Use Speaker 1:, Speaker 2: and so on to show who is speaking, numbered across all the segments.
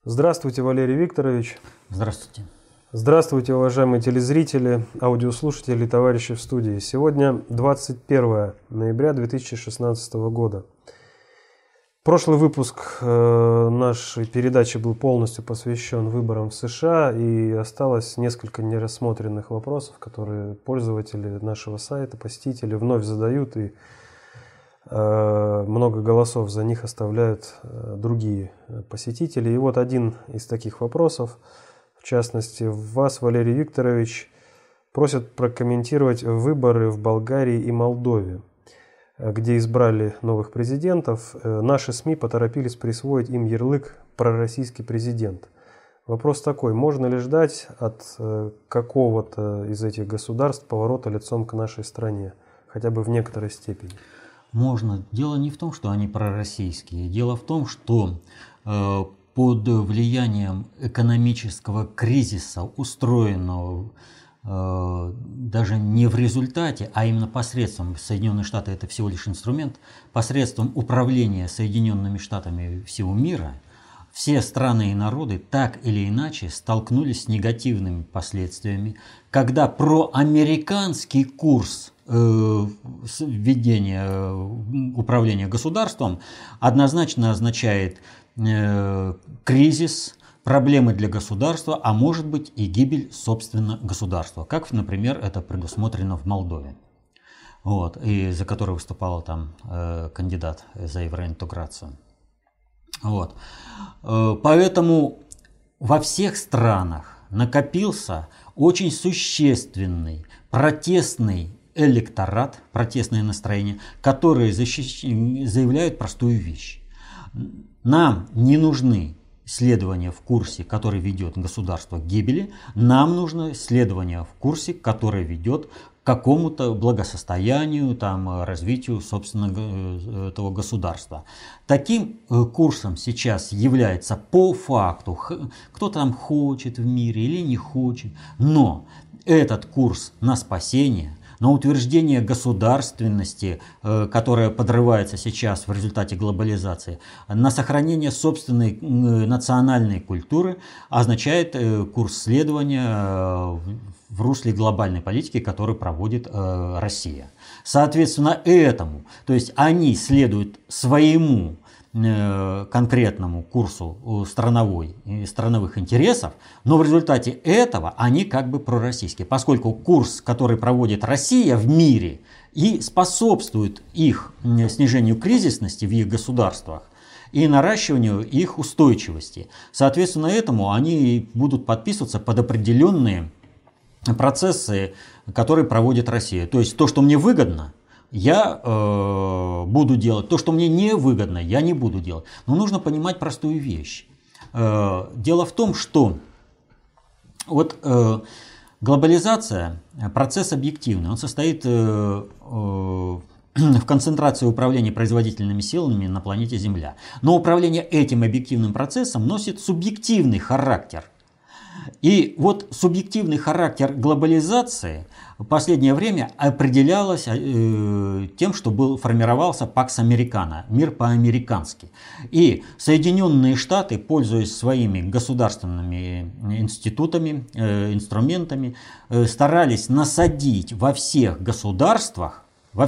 Speaker 1: Здравствуйте, Валерий Викторович.
Speaker 2: Здравствуйте.
Speaker 1: Здравствуйте, уважаемые телезрители, аудиослушатели и товарищи в студии. Сегодня 21 ноября 2016 года. Прошлый выпуск нашей передачи был полностью посвящен выборам в США, и осталось несколько нерассмотренных вопросов, которые пользователи нашего сайта, посетители вновь задают, и много голосов за них оставляют другие посетители. И вот один из таких вопросов, в частности, вас, Валерий Викторович, просят прокомментировать выборы в Болгарии и Молдове, где избрали новых президентов. Наши СМИ поторопились присвоить им ярлык «пророссийский президент». Вопрос такой: можно ли ждать от какого-то из этих государств поворота лицом к нашей стране, хотя бы в некоторой степени?
Speaker 2: Можно. Дело не в том, что они пророссийские. Дело в том, что под влиянием экономического кризиса, устроенного даже не в результате, а именно посредством, Соединенные Штаты это всего лишь инструмент, посредством управления Соединенными Штатами всего мира, все страны и народы так или иначе столкнулись с негативными последствиями, когда проамериканский курс введения управления государством однозначно означает кризис, проблемы для государства, а может быть и гибель, собственно, государства, как, например, это предусмотрено в Молдове, и за которой выступал там кандидат за евроинтеграцию. Поэтому во всех странах накопился очень существенный протестный электорат, протестное настроение, которые заявляют простую вещь. Нам не нужны следования в курсе, который ведет государство к гибели, нам нужно следование в курсе, который ведет к какому-то благосостоянию, развитию, собственно, этого государства. Таким курсом сейчас является по факту, кто-то там хочет в мире или не хочет, но этот курс на спасение, на утверждение государственности, которая подрывается сейчас в результате глобализации, на сохранение собственной национальной культуры, означает курс следования в русле глобальной политики, которую проводит Россия. Соответственно, этому, то есть они следуют своему конкретному курсу страновых интересов, но в результате этого они как бы пророссийские, поскольку курс, который проводит Россия в мире и способствует их снижению кризисности в их государствах и наращиванию их устойчивости. Соответственно, этому они будут подписываться под определенные процессы, которые проводит Россия. То есть то, что мне выгодно, я буду делать. То, что мне не выгодно, я не буду делать. Но нужно понимать простую вещь. Дело в том, что глобализация – процесс объективный. Он состоит в концентрации управления производительными силами на планете Земля. Но управление этим объективным процессом носит субъективный характер. И субъективный характер глобализации в последнее время определялось тем, что формировался Пакс Американо, мир по-американски. И Соединенные Штаты, пользуясь своими государственными институтами, инструментами, старались насадить во всех государствах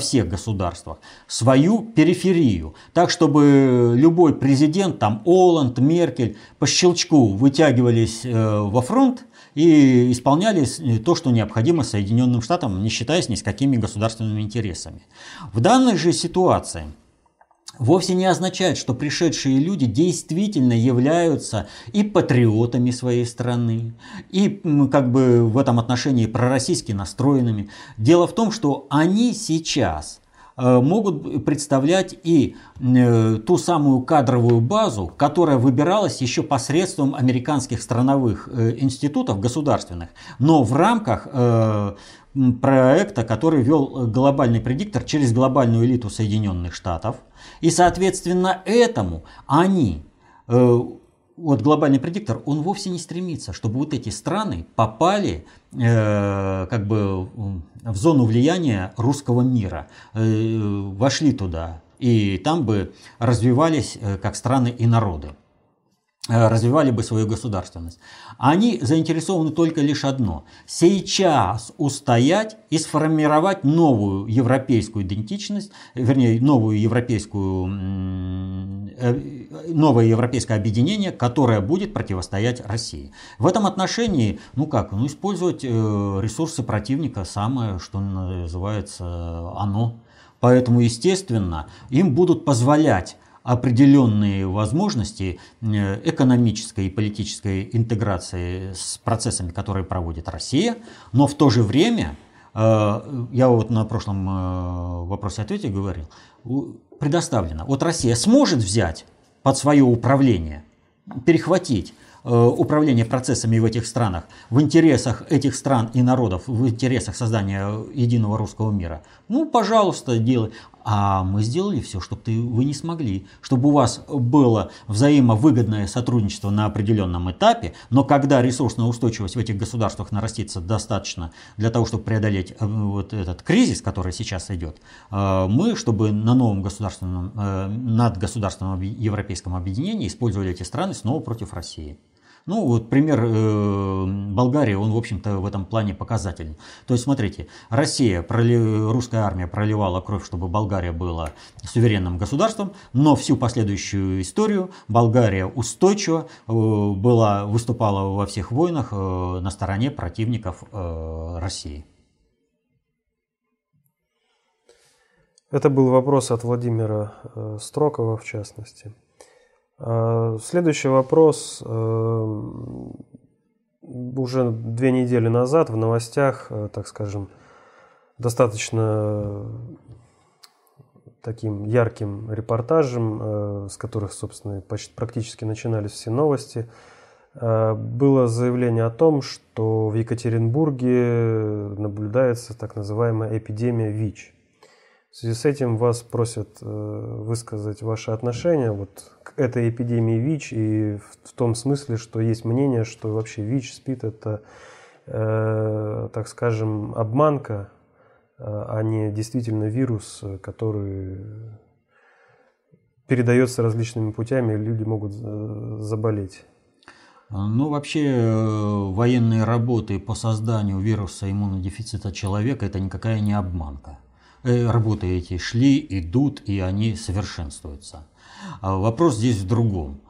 Speaker 2: свою периферию, так чтобы любой президент, Олланд, Меркель, по щелчку вытягивались во фронт и исполняли то, что необходимо Соединенным Штатам, не считаясь ни с какими государственными интересами. В данной же ситуации вовсе не означает, что пришедшие люди действительно являются и патриотами своей страны, и в этом отношении пророссийски настроенными. Дело в том, что они сейчас могут представлять и ту самую кадровую базу, которая выбиралась еще посредством американских страновых институтов государственных, но в рамках проекта, который вел глобальный предиктор через глобальную элиту Соединенных Штатов. И, соответственно, этому они, глобальный предиктор, он вовсе не стремится, чтобы эти страны попали в зону влияния русского мира, вошли туда и там бы развивались как страны и народы. развивали бы свою государственность. Они заинтересованы только лишь одно – сейчас устоять и сформировать новую европейскую идентичность, вернее, новое европейское объединение, которое будет противостоять России. В этом отношении, использовать ресурсы противника, самое, что называется, оно. Поэтому, естественно, им будут позволять определенные возможности экономической и политической интеграции с процессами, которые проводит Россия, но в то же время, я вот на прошлом вопросе-ответе говорил, предоставлено. Вот Россия сможет взять под свое управление, перехватить управление процессами в этих странах, в интересах этих стран и народов, в интересах создания единого русского мира. Пожалуйста, делай. А мы сделали все, чтобы вы не смогли, чтобы у вас было взаимовыгодное сотрудничество на определенном этапе, но когда ресурсная устойчивость в этих государствах нарастится достаточно для того, чтобы преодолеть вот этот кризис, который сейчас идет, мы, чтобы на новом надгосударственном европейском объединении использовали эти страны снова против России. Пример Болгарии, он, в общем-то, в этом плане показательный. То есть, смотрите, русская армия проливала кровь, чтобы Болгария была суверенным государством, но всю последующую историю Болгария устойчиво выступала во всех войнах на стороне противников России.
Speaker 1: Это был вопрос от Владимира Строкова, в частности. Следующий вопрос. Уже 2 недели назад в новостях, так скажем, достаточно таким ярким репортажем, с которых, собственно, практически начинались все новости, было заявление о том, что в Екатеринбурге наблюдается так называемая эпидемия ВИЧ. В связи с этим вас просят высказать ваше отношение к этой эпидемии ВИЧ, и в том смысле, что есть мнение, что вообще ВИЧ, СПИД – это, так скажем, обманка, а не действительно вирус, который передается различными путями, и люди могут заболеть.
Speaker 2: Вообще, военные работы по созданию вируса иммунодефицита человека – это никакая не обманка. Работы эти шли, идут, и они совершенствуются. Вопрос здесь в другом.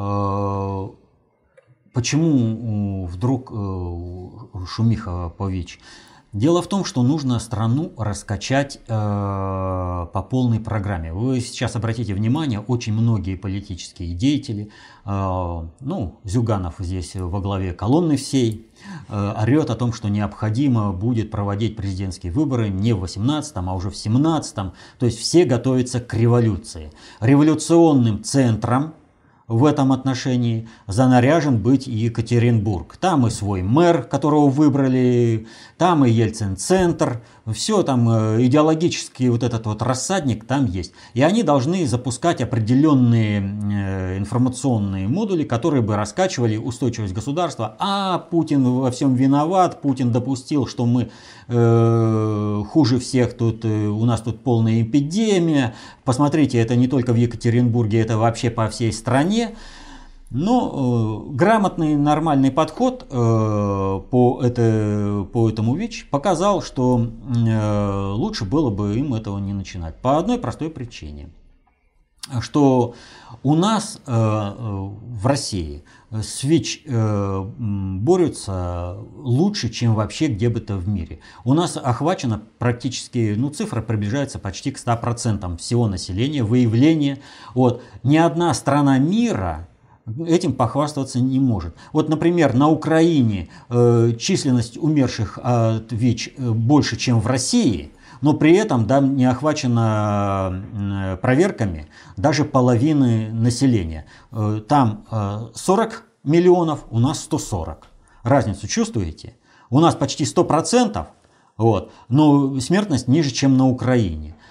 Speaker 2: Почему вдруг шумиха по ВИЧ? Дело в том, что нужно страну раскачать по полной программе. Вы сейчас обратите внимание, очень многие политические деятели, Зюганов здесь во главе колонны всей, орет о том, что необходимо будет проводить президентские выборы не в 18-м, а уже в 17-м. То есть все готовятся к революции. Революционным центром в этом отношении занаряжен быть Екатеринбург. Там и свой мэр, которого выбрали, там и Ельцин-центр, все там идеологический вот этот вот рассадник там есть. И они должны запускать определенные информационные модули, которые бы раскачивали устойчивость государства. А Путин во всем виноват, Путин допустил, что мы хуже всех, у нас тут полная эпидемия. Посмотрите, это не только в Екатеринбурге, это вообще по всей стране. Но грамотный, нормальный подход по этому ВИЧ показал, что лучше было бы им этого не начинать. По одной простой причине. Что у нас в России с ВИЧ борются лучше, чем вообще где бы то в мире. У нас охвачено практически, цифра приближается почти к 100% всего населения, выявления. Ни одна страна мира этим похвастаться не может. Например, на Украине численность умерших от ВИЧ больше, чем в России, но при этом не охвачено проверками даже половины населения. Там 40 миллионов, у нас 140. Разницу чувствуете? У нас почти 100%, но смертность ниже, чем на Украине.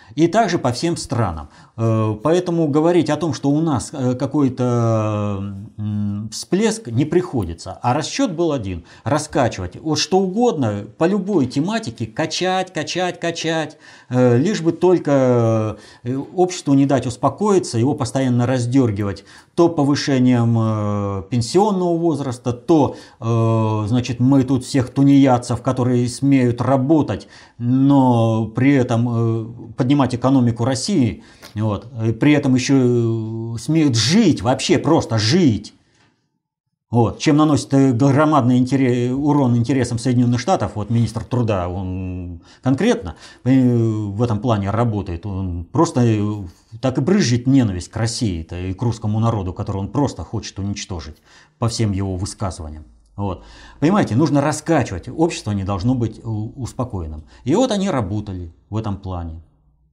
Speaker 2: И также по всем странам. Поэтому говорить о том, что у нас какой-то всплеск, не приходится. А расчет был один. Раскачивать. Вот что угодно, по любой тематике качать. Лишь бы только обществу не дать успокоиться, его постоянно раздергивать. То повышением пенсионного возраста, то, значит, мы тут всех тунеядцев, которые смеют работать, но при этом поднимать экономику России, вот, и при этом еще смеют жить, вообще просто жить. Вот, чем наносит громадный урон интересам Соединенных Штатов, вот министр труда, он конкретно в этом плане работает, он просто так и брызжет ненависть к России и к русскому народу, который он просто хочет уничтожить по всем его высказываниям. Вот. Понимаете, нужно раскачивать, общество не должно быть успокоенным. И вот они работали в этом плане.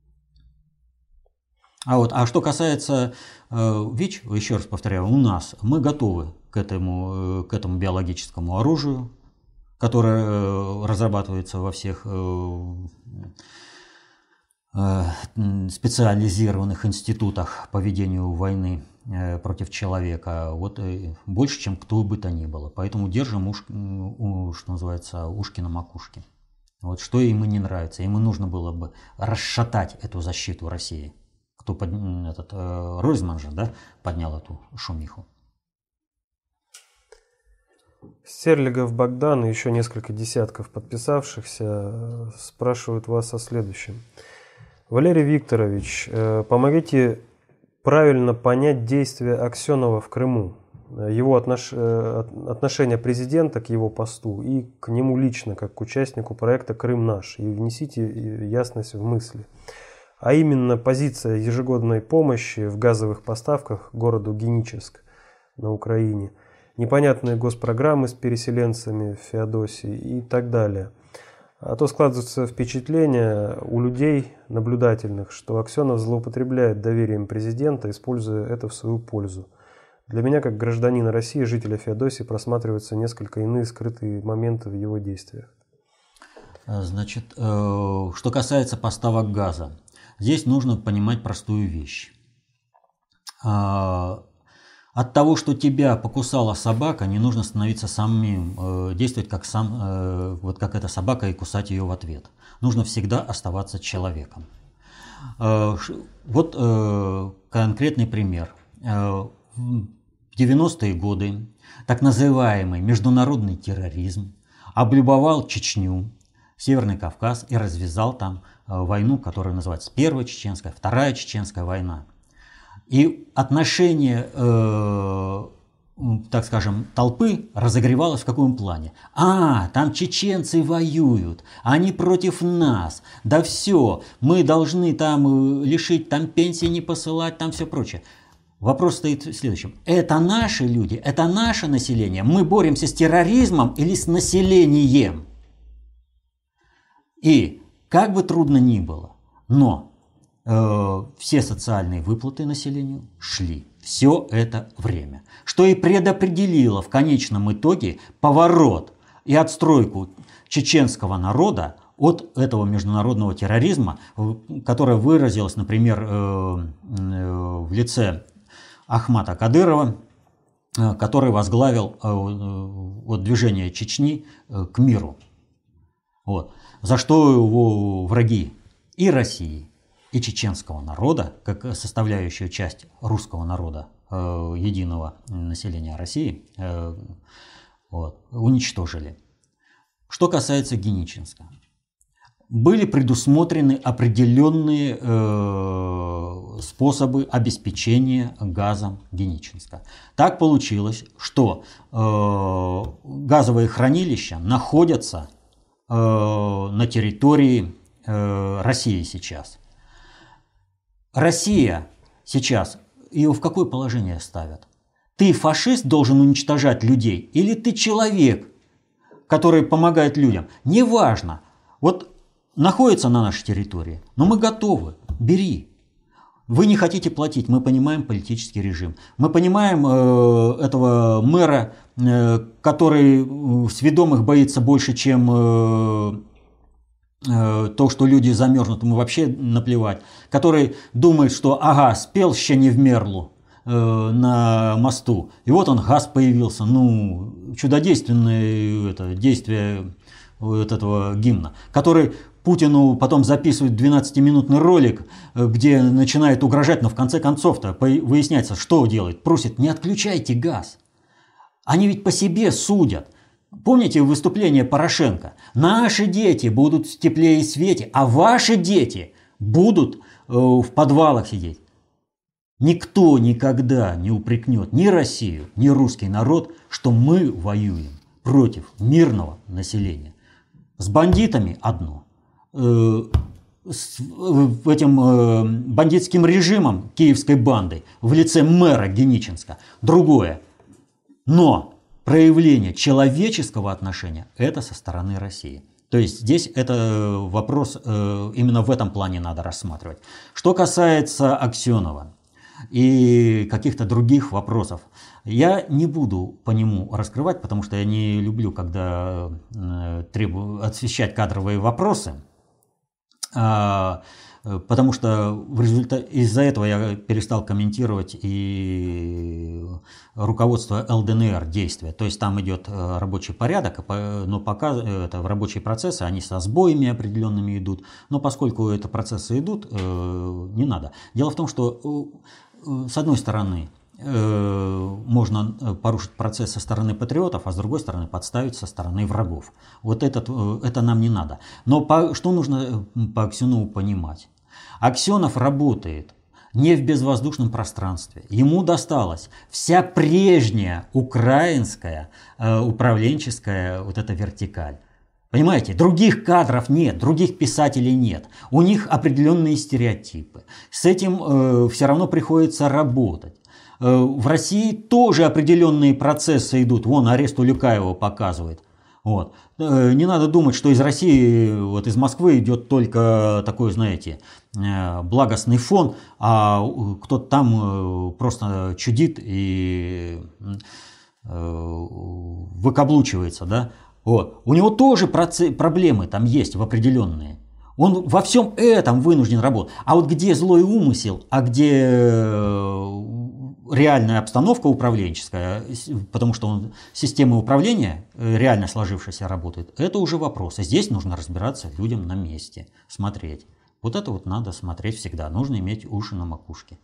Speaker 2: А что касается ВИЧ, еще раз повторяю, у нас мы готовы к этому биологическому оружию, которое разрабатывается во всех специализированных институтах по ведению войны против человека, вот больше, чем кто бы то ни было. Поэтому держим что называется, ушки на макушке. Вот что им и не нравится. Им и нужно было бы расшатать эту защиту России. Ройзман же, да, поднял эту шумиху.
Speaker 1: Стерлигов Богдан и еще несколько десятков подписавшихся спрашивают вас о следующем. Валерий Викторович, помогите правильно понять действия Аксенова в Крыму, его отношение президента к его посту и к нему лично, как к участнику проекта «Крым наш», и внесите ясность в мысли. А именно позиция ежегодной помощи в газовых поставках городу Геническ на Украине, непонятные госпрограммы с переселенцами в Феодосии и так далее. А то складывается впечатление у людей наблюдательных, что Аксенов злоупотребляет доверием президента, используя это в свою пользу. Для меня, как гражданина России, жителя Феодосии, просматриваются несколько иные скрытые моменты в его действиях.
Speaker 2: Значит, что касается поставок газа, здесь нужно понимать простую вещь. От того, что тебя покусала собака, не нужно становиться самим, действовать как эта собака и кусать ее в ответ. Нужно всегда оставаться человеком. Вот конкретный пример. В 90-е годы так называемый международный терроризм облюбовал Чечню, Северный Кавказ и развязал там войну, которая называется Первая Чеченская, Вторая Чеченская война. И отношение, так скажем, толпы разогревалось в каком плане? Там чеченцы воюют, они против нас, да все, мы должны там лишить, там пенсии не посылать, там все прочее. Вопрос стоит в следующем. Это наши люди, это наше население. Мы боремся с терроризмом или с населением? И как бы трудно ни было, но все социальные выплаты населению шли все это время, что и предопределило в конечном итоге поворот и отстройку чеченского народа от этого международного терроризма, которое выразилось, например, в лице Ахмата Кадырова, который возглавил движение Чечни к миру. Вот. За что его враги и России, и чеченского народа, как составляющую часть русского народа, единого населения России, уничтожили. Что касается Геническа, были предусмотрены определенные способы обеспечения газом Геническа. Так получилось, что газовые хранилища находятся на территории России сейчас. Россия сейчас, ее в какое положение ставят? Ты фашист, должен уничтожать людей, или ты человек, который помогает людям? Неважно. Вот находится на нашей территории, но мы готовы, бери. Вы не хотите платить, мы понимаем политический режим. Мы понимаем этого мэра, который сведомых боится больше, чем то, что люди замерзнут, ему вообще наплевать, который думает, что ага, спел «Ще не в мерлу» на мосту, и вот он, газ появился, ну, чудодейственное действие вот этого гимна, который Путину потом записывает 12-минутный ролик, где начинает угрожать, но в конце концов-то выясняется, что делает, просит: не отключайте газ. Они ведь по себе судят. Помните выступление Порошенко? Наши дети будут в тепле и свете, а ваши дети будут в подвалах сидеть. Никто никогда не упрекнет ни Россию, ни русский народ, что мы воюем против мирного населения. С бандитами одно, с этим бандитским режимом киевской банды в лице мэра Геничинска другое. Но проявление человеческого отношения – это со стороны России. То есть здесь это вопрос именно в этом плане надо рассматривать. Что касается Аксенова и каких-то других вопросов, я не буду по нему раскрывать, потому что я не люблю, когда требую освещать кадровые вопросы, потому что в результате из-за этого я перестал комментировать и руководство ЛДНР действия. То есть там идет рабочий порядок, но пока это рабочие процессы, они со сбоями определенными идут. Но поскольку это процессы идут, не надо. Дело в том, что с одной стороны можно порушить процесс со стороны патриотов, а с другой стороны подставить со стороны врагов. Вот это нам не надо. Но что нужно по Аксенову понимать? Аксенов работает не в безвоздушном пространстве. Ему досталась вся прежняя украинская управленческая вот эта вертикаль. Понимаете, других кадров нет, других писателей нет. У них определенные стереотипы. С этим все равно приходится работать. В России тоже определенные процессы идут. Вон арест Улюкаева показывает. Вот. Не надо думать, что из России, вот из Москвы идет только такой, знаете, благостный фон, а кто-то там просто чудит и выкаблучивается, да? Вот. У него тоже проблемы там есть в определенные. Он во всем этом вынужден работать. А вот где злой умысел, а где реальная обстановка управленческая, потому что система управления реально сложившаяся работает, это уже вопрос. И здесь нужно разбираться людям на месте, смотреть. Вот это вот надо смотреть всегда. Нужно иметь уши на макушке.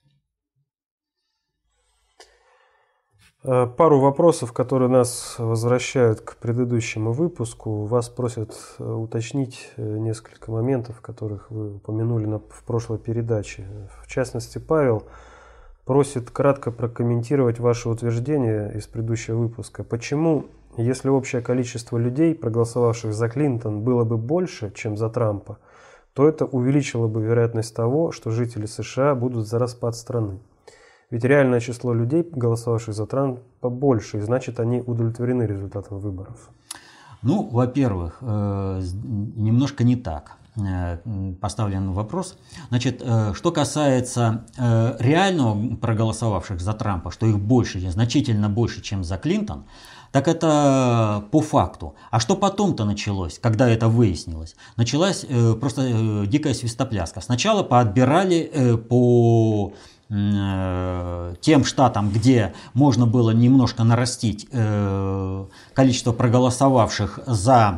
Speaker 1: Пару вопросов, которые нас возвращают к предыдущему выпуску. Вас просят уточнить несколько моментов, которых вы упомянули в прошлой передаче. В частности, Павел просит кратко прокомментировать ваше утверждение из предыдущего выпуска. Почему, если общее количество людей, проголосовавших за Клинтон, было бы больше, чем за Трампа, то это увеличило бы вероятность того, что жители США будут за распад страны? Ведь реальное число людей, голосовавших за Трампа, больше, и значит, они удовлетворены результатом выборов.
Speaker 2: Ну, во-первых, немножко не так поставлен вопрос. Значит, что касается реально проголосовавших за Трампа, что их больше, значительно больше, чем за Клинтон, так это по факту. А что потом-то началось, когда это выяснилось? Началась просто дикая свистопляска. Сначала поотбирали по тем штатам, где можно было немножко нарастить количество проголосовавших за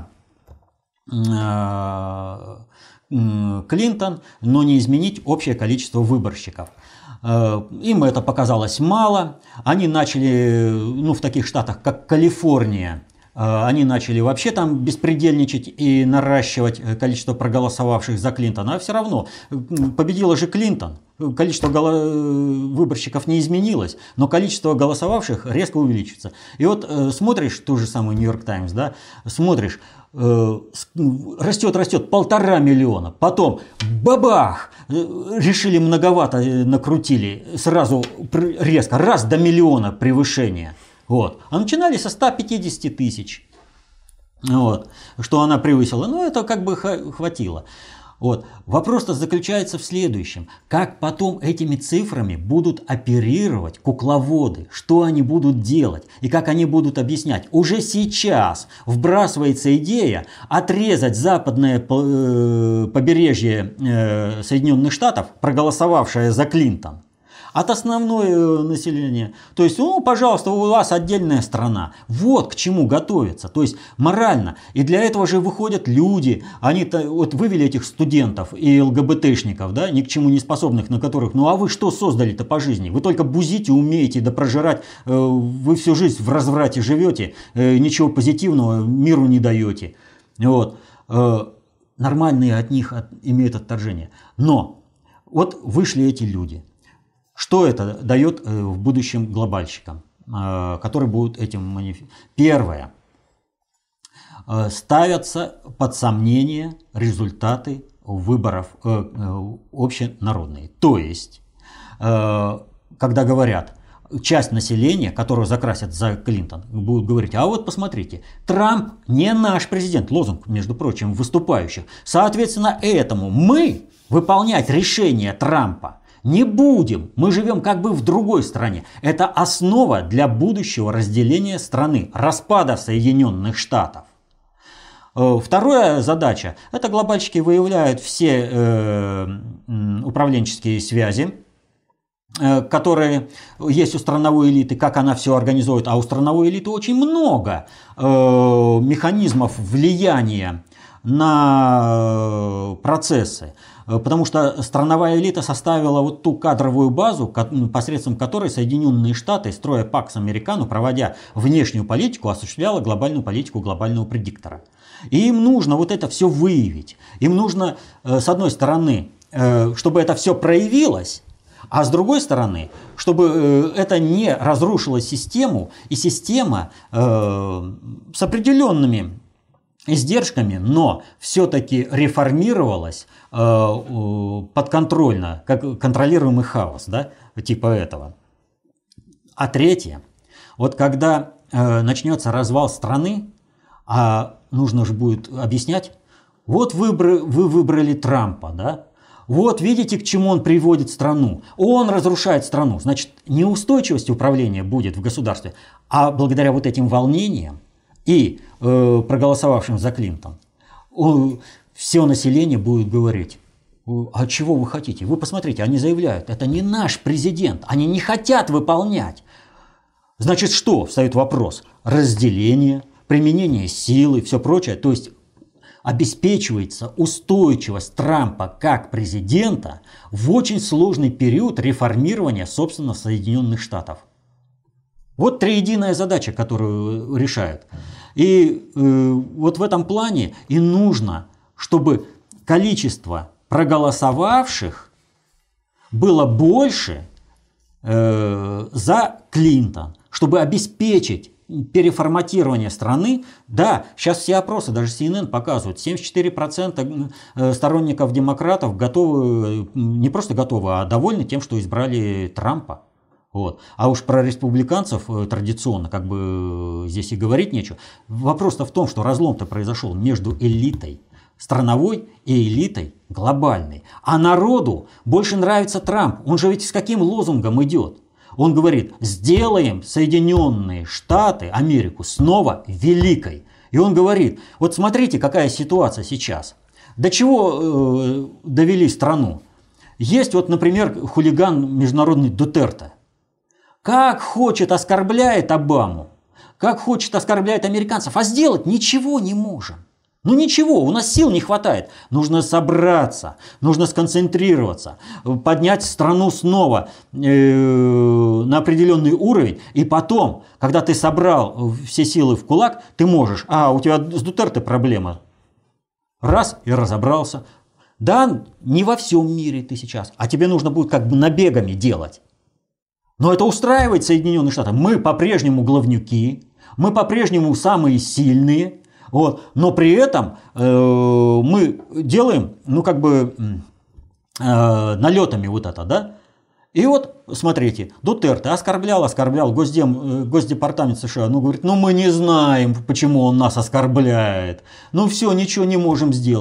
Speaker 2: Клинтон, но не изменить общее количество выборщиков. Им это показалось мало. Они начали, в таких штатах, как Калифорния, они начали вообще там беспредельничать и наращивать количество проголосовавших за Клинтона. А все равно победила же Клинтон. Количество выборщиков не изменилось, но количество голосовавших резко увеличится. И вот смотришь ту же самую Нью-Йорк Таймс, да, смотришь, растет 1,5 миллиона, потом бабах, решили многовато, накрутили, сразу резко, раз до миллиона превышения. Вот. А начинали со 150 тысяч, вот, что она превысила. Ну, это как бы хватило. Вот. Вопрос-то заключается в следующем. Как потом этими цифрами будут оперировать кукловоды, что они будут делать и как они будут объяснять. Уже сейчас вбрасывается идея отрезать западное побережье Соединенных Штатов, проголосовавшее за Клинтон, от основного населения. То есть, пожалуйста, у вас отдельная страна. Вот к чему готовиться. То есть, морально. И для этого же выходят люди. Они-то вот вывели этих студентов и ЛГБТшников, да, ни к чему не способных, на которых, а вы что создали-то по жизни? Вы только бузите умеете, да прожирать. Вы всю жизнь в разврате живете, ничего позитивного миру не даете. Вот. Нормальные от них имеют отторжение. Но вот вышли эти люди. Что это дает в будущем глобальщикам, которые будут этим манифестировать? Первое. Ставятся под сомнение результаты выборов общенародные. То есть, когда говорят, часть населения, которую закрасят за Клинтон, будут говорить, а вот посмотрите, Трамп не наш президент, лозунг, между прочим, выступающих. Соответственно, этому мы выполнять решения Трампа не будем. Мы живем как бы в другой стране. Это основа для будущего разделения страны, распада Соединенных Штатов. Вторая задача. Это глобальщики выявляют все управленческие связи, которые есть у страновой элиты, как она все организует. А у страновой элиты очень много механизмов влияния на процессы. Потому что страновая элита составила вот ту кадровую базу, посредством которой Соединенные Штаты, строя Пакс Американу, проводя внешнюю политику, осуществляла глобальную политику глобального предиктора. И им нужно вот это все выявить. Им нужно, с одной стороны, чтобы это все проявилось, а с другой стороны, чтобы это не разрушило систему, и система с определенными издержками, но все-таки реформировалась подконтрольно, как контролируемый хаос, да, типа этого. А третье, вот когда начнется развал страны, а нужно же будет объяснять, вот вы выбрали Трампа, да, вот видите, к чему он приводит страну. Он разрушает страну. Значит, неустойчивость управления будет в государстве, а благодаря вот этим волнениям и проголосовавшим за Клинтон, все население будет говорить, а чего вы хотите? Вы посмотрите, они заявляют, это не наш президент, они не хотят выполнять. Значит, что? Встает вопрос. Разделение, применение силы, все прочее. То есть обеспечивается устойчивость Трампа как президента в очень сложный период реформирования, собственно, Соединенных Штатов. Вот триединая задача, которую решают. И вот в этом плане и нужно, чтобы количество проголосовавших было больше за Клинтон, чтобы обеспечить переформатирование страны. Да, сейчас все опросы, даже CNN показывают, 74% сторонников демократов готовы, не просто готовы, а довольны тем, что избрали Трампа. Вот. А уж про республиканцев традиционно как бы здесь и говорить нечего. Вопрос-то в том, что разлом-то произошел между элитой страновой и элитой глобальной. А народу больше нравится Трамп. Он же ведь с каким лозунгом идет? Он говорит, сделаем Соединенные Штаты, Америку снова великой. И он говорит, вот смотрите, какая ситуация сейчас. До чего довели страну? Есть вот, например, хулиган международный Дутерте. Как хочет, оскорбляет Обаму, как хочет, оскорбляет американцев, а сделать ничего не можем. Ну ничего, у нас сил не хватает. Нужно собраться, нужно сконцентрироваться, поднять страну снова на определенный уровень. И потом, когда ты собрал все силы в кулак, ты можешь. А, у тебя с Дутерте проблема. Раз и разобрался. Да, не во всем мире ты сейчас. А тебе нужно будет как бы набегами делать. Но это устраивает Соединенные Штаты. Мы по-прежнему главнюки, мы по-прежнему самые сильные. Вот. Но при этом мы делаем, ну как бы налетами вот это, да? И вот, смотрите, Дутерте оскорблял Госдепартамент США, ну говорит, ну мы не знаем, почему он нас оскорбляет, ну все, ничего не можем сделать.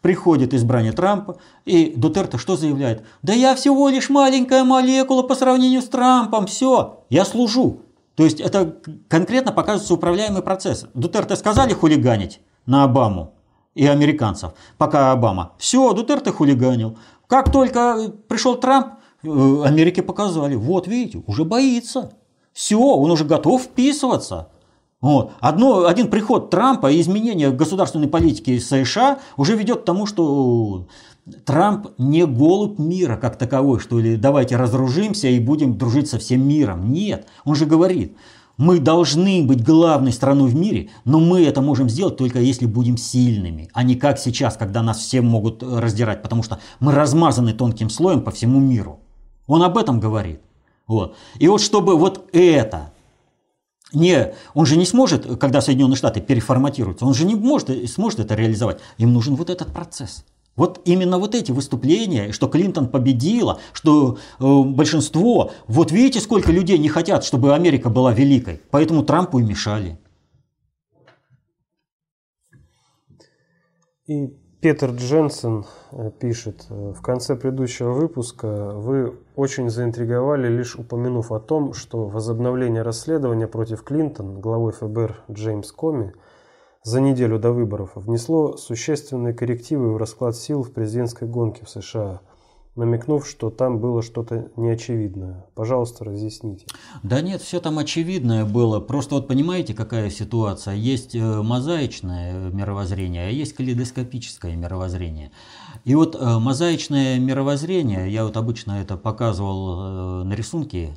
Speaker 2: Приходит избрание Трампа, и Дутерте что заявляет? Да я всего лишь маленькая молекула по сравнению с Трампом, все, я служу. То есть это конкретно показывается управляемый процесс. Дутерте сказали хулиганить на Обаму и американцев, пока Обама. Все, Дутерте хулиганил. Как только пришел Трамп, Америке показали, вот видите, уже боится. Все, он уже готов вписываться. Вот. Один приход Трампа и изменение государственной политики США уже ведет к тому, что Трамп не голубь мира как таковой, что ли, давайте разоружимся и будем дружить со всем миром. Нет, он же говорит, мы должны быть главной страной в мире, но мы это можем сделать только если будем сильными, а не как сейчас, когда нас все могут раздирать, потому что мы размазаны тонким слоем по всему миру. Он об этом говорит. Вот. И вот чтобы вот это... он же не сможет, когда Соединенные Штаты переформатируются, он же не сможет это реализовать. Им нужен вот этот процесс. Вот именно вот эти выступления, что Клинтон победила, что большинство, вот видите, сколько людей не хотят, чтобы Америка была великой, поэтому Трампу и мешали.
Speaker 1: И Петер Дженсен пишет, в конце предыдущего выпуска вы очень заинтриговали, лишь упомянув о том, что возобновление расследования против Клинтон, главой ФБР Джеймс Коми, за неделю до выборов внесло существенные коррективы в расклад сил в президентской гонке в США, намекнув, что там было что-то неочевидное. Пожалуйста, разъясните.
Speaker 2: Да нет, все там очевидное было. Просто вот понимаете, какая ситуация? Есть мозаичное мировоззрение, а есть калейдоскопическое мировоззрение. И вот мозаичное мировоззрение, я вот обычно это показывал на рисунке.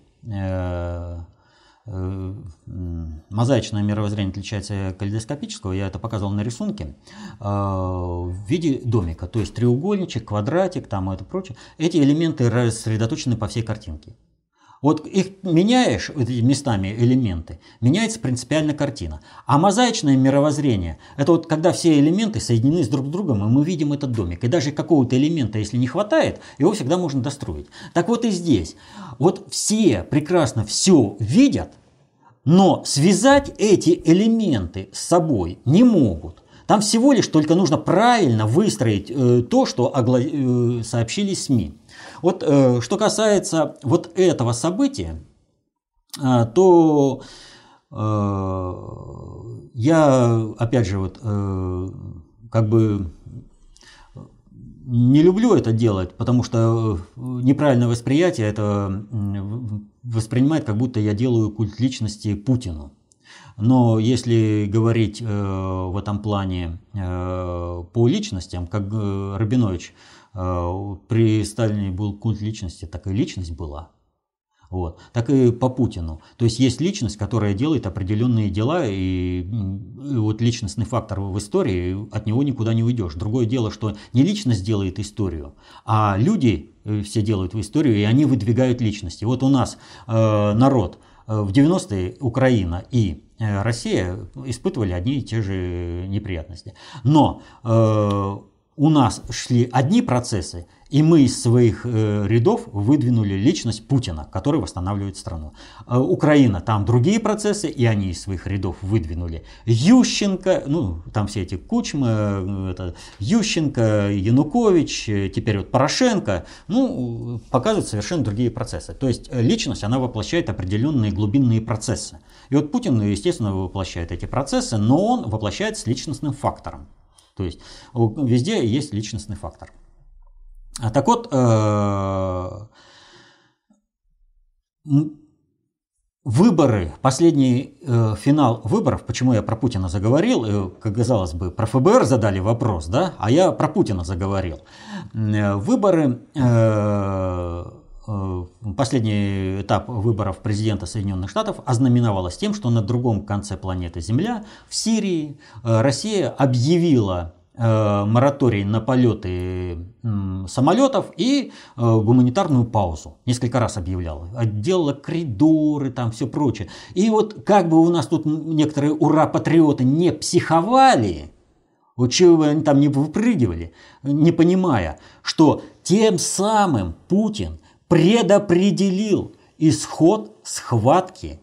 Speaker 2: Мозаичное мировоззрение отличается от калейдоскопического, я это показывал на рисунке, в виде домика, то есть треугольничек, квадратик, там и это прочее. Эти элементы рассредоточены по всей картинке. Вот их меняешь, эти местами элементы, меняется принципиально картина. А мозаичное мировоззрение – это вот когда все элементы соединены друг с другом, и мы видим этот домик. И даже какого-то элемента, если не хватает, его всегда можно достроить. Так вот и здесь. Вот все прекрасно все видят, но связать эти элементы с собой не могут. Там всего лишь только нужно правильно выстроить то, что сообщили СМИ. Вот что касается вот этого события, то я, опять же, вот как бы не люблю это делать, потому что неправильное восприятие это воспринимает, как будто я делаю культ личности Путину. Но если говорить в этом плане по личностям, как Рабинович, при Сталине был культ личности, так и личность была. Вот. Так и по Путину. То есть есть личность, которая делает определенные дела, и вот личностный фактор в истории, от него никуда не уйдешь. Другое дело, что не личность делает историю, а люди все делают в историю, и они выдвигают личности. Вот у нас народ в 90-е, Украина и Россия испытывали одни и те же неприятности. Но у нас шли одни процессы, и мы из своих рядов выдвинули личность Путина, который восстанавливает страну. Украина, там другие процессы, и они из своих рядов выдвинули Ющенко, ну там все эти Кучма, Ющенко, Янукович, теперь вот Порошенко, ну показывают совершенно другие процессы. То есть личность, она воплощает определенные глубинные процессы. И вот Путин, естественно, воплощает эти процессы, но он воплощает с личностным фактором. То есть везде есть личностный фактор. Так вот, выборы, последний финал выборов, почему я про Путина заговорил, как казалось бы, про ФБР задали вопрос, да, а я про Путина заговорил. Выборы, последний этап выборов президента Соединенных Штатов ознаменовалось тем, что на другом конце планеты Земля, в Сирии, Россия объявила мораторий на полеты самолетов и гуманитарную паузу. Несколько раз объявляла. Делала коридоры, там все прочее. И вот как бы у нас тут некоторые ура-патриоты не психовали, вот чего они там не выпрыгивали, не понимая, что тем самым Путин предопределил исход схватки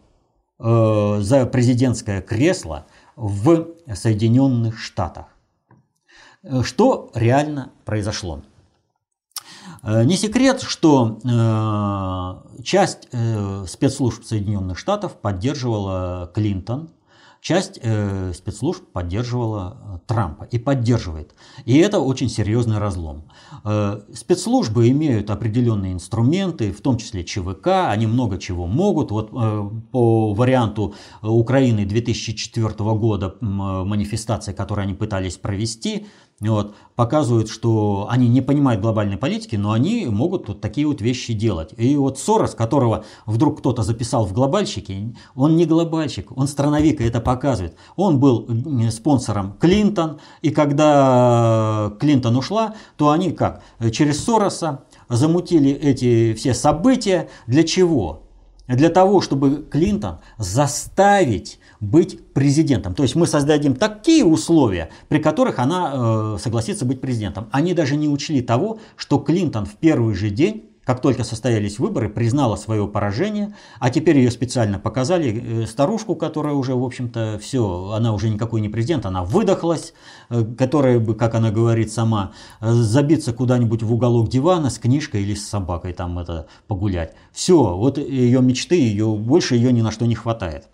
Speaker 2: за президентское кресло в Соединенных Штатах. Что реально произошло? Не секрет, что часть спецслужб Соединенных Штатов поддерживала Клинтон, часть спецслужб поддерживала Трампа и поддерживает. И это очень серьезный разлом. Спецслужбы имеют определенные инструменты, в том числе ЧВК, они много чего могут. Вот по варианту Украины 2004 года манифестации, которые они пытались провести, вот, показывают, что они не понимают глобальной политики, но они могут вот такие вот вещи делать. И вот Сорос, которого вдруг кто-то записал в глобальщики, он не глобальщик, он страновик, и это показывает. Он был спонсором Клинтон, и когда Клинтон ушла, то они как? Через Сороса замутили эти все события. Для чего? Для того, чтобы Клинтон заставить быть президентом. То есть мы создадим такие условия, при которых она согласится быть президентом. Они даже не учли того, что Клинтон в первый же день, как только состоялись выборы, признала свое поражение, а теперь ее специально показали, старушку, которая уже, в общем-то, все, она уже никакой не президент, она выдохлась, которая бы, как она говорит сама, забиться куда-нибудь в уголок дивана с книжкой или с собакой там это погулять. Все, вот ее мечты, больше ее ни на что не хватает.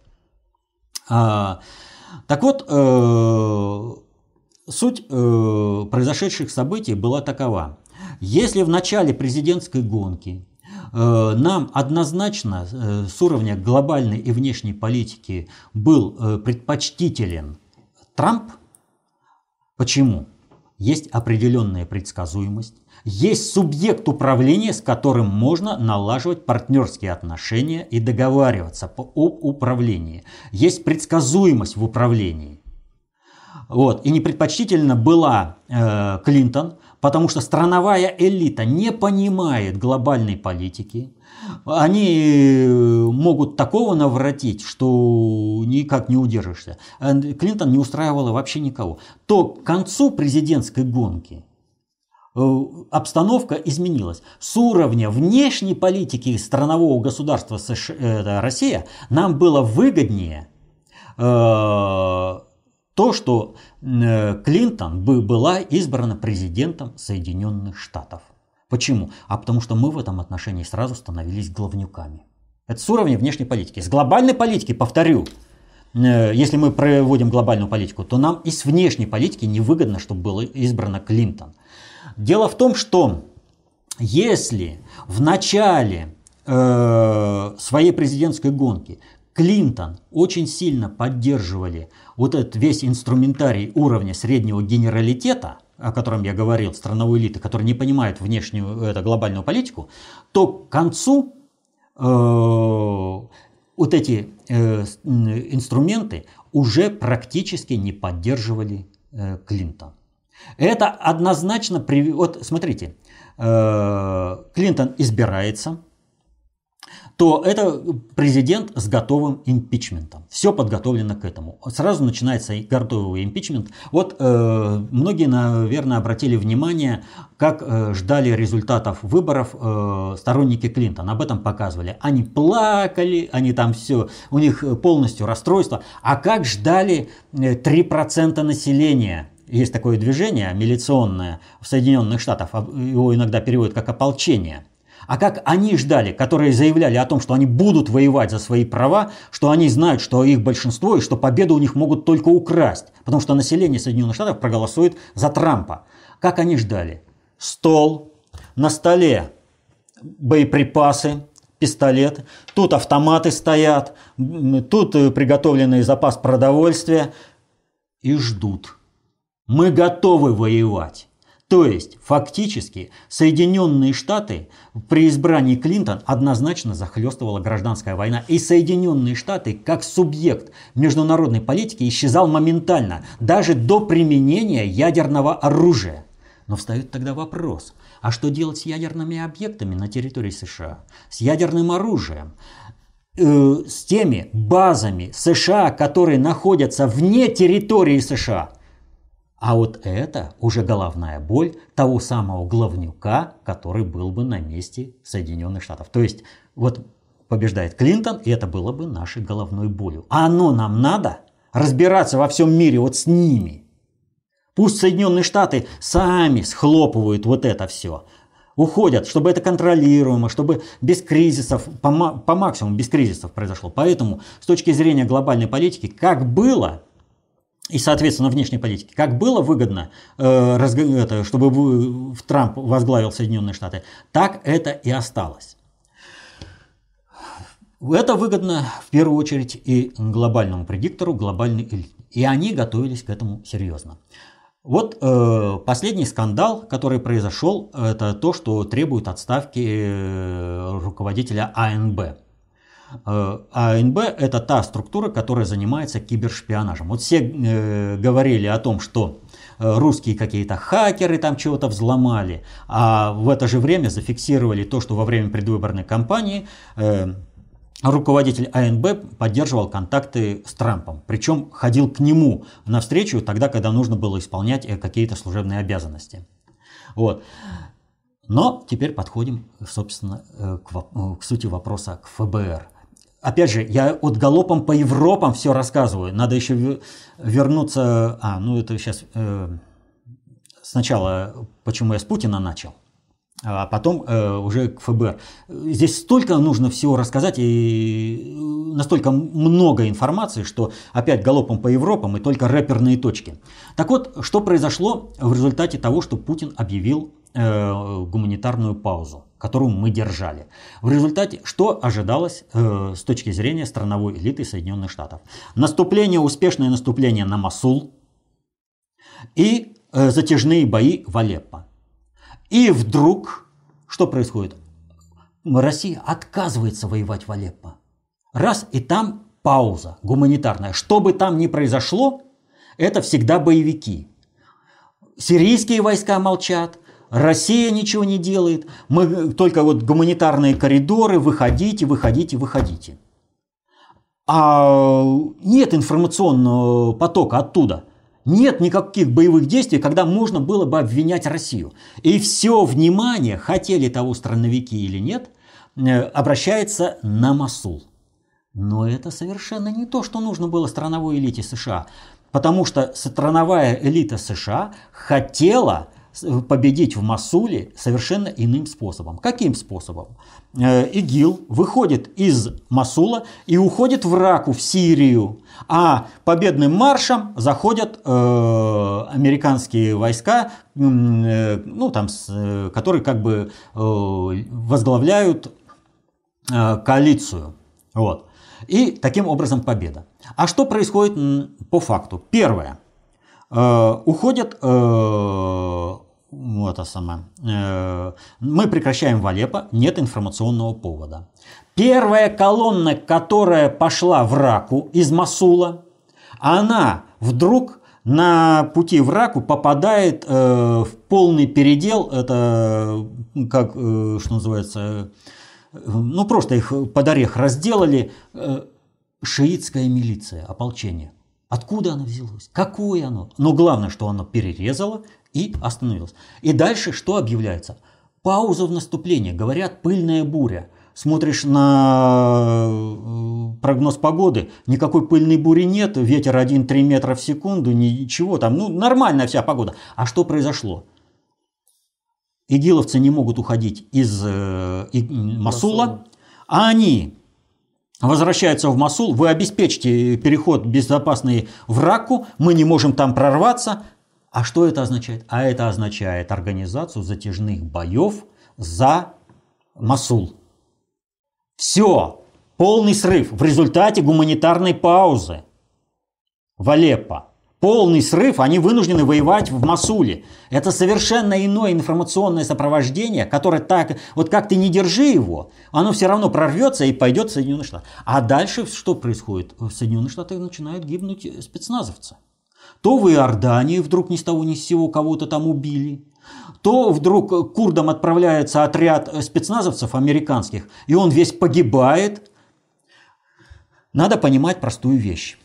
Speaker 2: Так вот, суть произошедших событий была такова. Если в начале президентской гонки нам однозначно с уровня глобальной и внешней политики был предпочтителен Трамп, почему? Есть определенная предсказуемость, есть субъект управления, с которым можно налаживать партнерские отношения и договариваться об управлении. Есть предсказуемость в управлении. Вот. И непредпочтительно была Клинтон, потому что страновая элита не понимает глобальной политики. Они могут такого наворотить, что никак не удержишься. Клинтон не устраивала вообще никого. То к концу президентской гонки обстановка изменилась. С уровня внешней политики странового государства Россия нам было выгоднее то, что Клинтон была избрана президентом Соединенных Штатов. Почему? Потому что мы в этом отношении сразу становились главнюками. Это с уровня внешней политики. С глобальной политики, повторю, если мы проводим глобальную политику, то нам и с внешней политики невыгодно, чтобы была избрана Клинтон. Дело в том, что если в начале своей президентской гонки Клинтон очень сильно поддерживали вот этот весь инструментарий уровня среднего генералитета, о котором я говорил, страновой элиты, которые не понимают внешнюю глобальную политику, то к концу вот эти инструменты уже практически не поддерживали Клинтон. Это однозначно... Вот смотрите, Клинтон избирается, то это президент с готовым импичментом. Все подготовлено к этому. Сразу начинается готовый импичмент. Вот многие, наверное, обратили внимание, как ждали результатов выборов сторонники Клинтона. Об этом показывали. Они плакали, они там все, у них полностью расстройство. А как ждали 3% населения? Есть такое движение милиционное в Соединенных Штатах, его иногда переводят как ополчение. А как они ждали, которые заявляли о том, что они будут воевать за свои права, что они знают, что их большинство и что победу у них могут только украсть, потому что население Соединенных Штатов проголосует за Трампа. Как они ждали? Стол, на столе боеприпасы, пистолет, тут автоматы стоят, тут приготовленный запас продовольствия и ждут. Мы готовы воевать. То есть, фактически, Соединенные Штаты при избрании Клинтон однозначно захлестывала гражданская война. И Соединенные Штаты, как субъект международной политики, исчезал моментально, даже до применения ядерного оружия. Но встает тогда вопрос, а что делать с ядерными объектами на территории США? С ядерным оружием? С теми базами США, которые находятся вне территории США? А вот это уже головная боль того самого главнюка, который был бы на месте Соединенных Штатов. То есть вот побеждает Клинтон, и это было бы нашей головной болью. А оно нам надо разбираться во всем мире вот с ними. Пусть Соединенные Штаты сами схлопывают вот это все. Уходят, чтобы это контролируемо, чтобы без кризисов, по максимуму без кризисов произошло. Поэтому с точки зрения глобальной политики, как было, и, соответственно, внешней политики, как было выгодно, чтобы Трамп возглавил Соединенные Штаты, так это и осталось. Это выгодно в первую очередь и глобальному предиктору, глобальной элите. И они готовились к этому серьезно. Вот последний скандал, который произошел, это то, что требует отставки руководителя АНБ. АНБ – это та структура, которая занимается кибершпионажем. Вот все говорили о том, что русские какие-то хакеры там чего-то взломали, а в это же время зафиксировали то, что во время предвыборной кампании руководитель АНБ поддерживал контакты с Трампом, причем ходил к нему навстречу тогда, когда нужно было исполнять какие-то служебные обязанности. Вот. Но теперь подходим, собственно, к сути вопроса, к ФБР. Опять же, я от галопом по Европам все рассказываю. Надо еще вернуться... это сейчас сначала, почему я с Путина начал. А потом уже к ФБР. Здесь столько нужно всего рассказать и настолько много информации, что опять галопом по Европам и только рэперные точки. Так вот, что произошло в результате того, что Путин объявил гуманитарную паузу, которую мы держали. В результате, что ожидалось с точки зрения страновой элиты Соединенных Штатов? Успешное наступление на Мосул и затяжные бои в Алеппо. И вдруг, что происходит? Россия отказывается воевать в Алеппо. Раз, и там пауза гуманитарная. Что бы там ни произошло, это всегда боевики. Сирийские войска молчат, Россия ничего не делает. Мы только вот гуманитарные коридоры, выходите. А нет информационного потока оттуда. Нет никаких боевых действий, когда можно было бы обвинять Россию. И все внимание, хотели того страновики или нет, обращается на Мосул. Но это совершенно не то, что нужно было страновой элите США. Потому что страновая элита США хотела победить в Мосуле совершенно иным способом. Каким способом? ИГИЛ выходит из Мосула и уходит в Раку, в Сирию. А победным маршем заходят американские войска, которые как бы возглавляют коалицию. Вот. И таким образом победа. А что происходит по факту? Первое. Уходят... мы прекращаем в Алеппо, нет информационного повода. Первая колонна, которая пошла в Раку из Мосула, она вдруг на пути в Раку попадает в полный передел, это как, что называется, просто их под орех разделали, шиитская милиция, ополчение. Откуда оно взялось? Какое оно? Но главное, что оно перерезало и остановилось. И дальше что объявляется? Пауза в наступлении. Говорят, пыльная буря. Смотришь на прогноз погоды, никакой пыльной бури нет, ветер 1-3 метра в секунду, ничего там, нормальная вся погода. А что произошло? Игиловцы не могут уходить из Мосула, а они возвращаются в Мосул, вы обеспечите переход безопасный в Раку, мы не можем там прорваться. А что это означает? А это означает организацию затяжных боев за Мосул. Все, полный срыв в результате гуманитарной паузы в Алеппо. Полный срыв, они вынуждены воевать в Мосуле. Это совершенно иное информационное сопровождение, которое так, вот как ты не держи его, оно все равно прорвется и пойдет в Соединенные Штаты. А дальше что происходит? В Соединенных Штатах начинают гибнуть спецназовцы. То в Иордании вдруг ни с того ни с сего кого-то там убили, то вдруг к курдам отправляется отряд спецназовцев американских, и он весь погибает. Надо понимать простую вещь.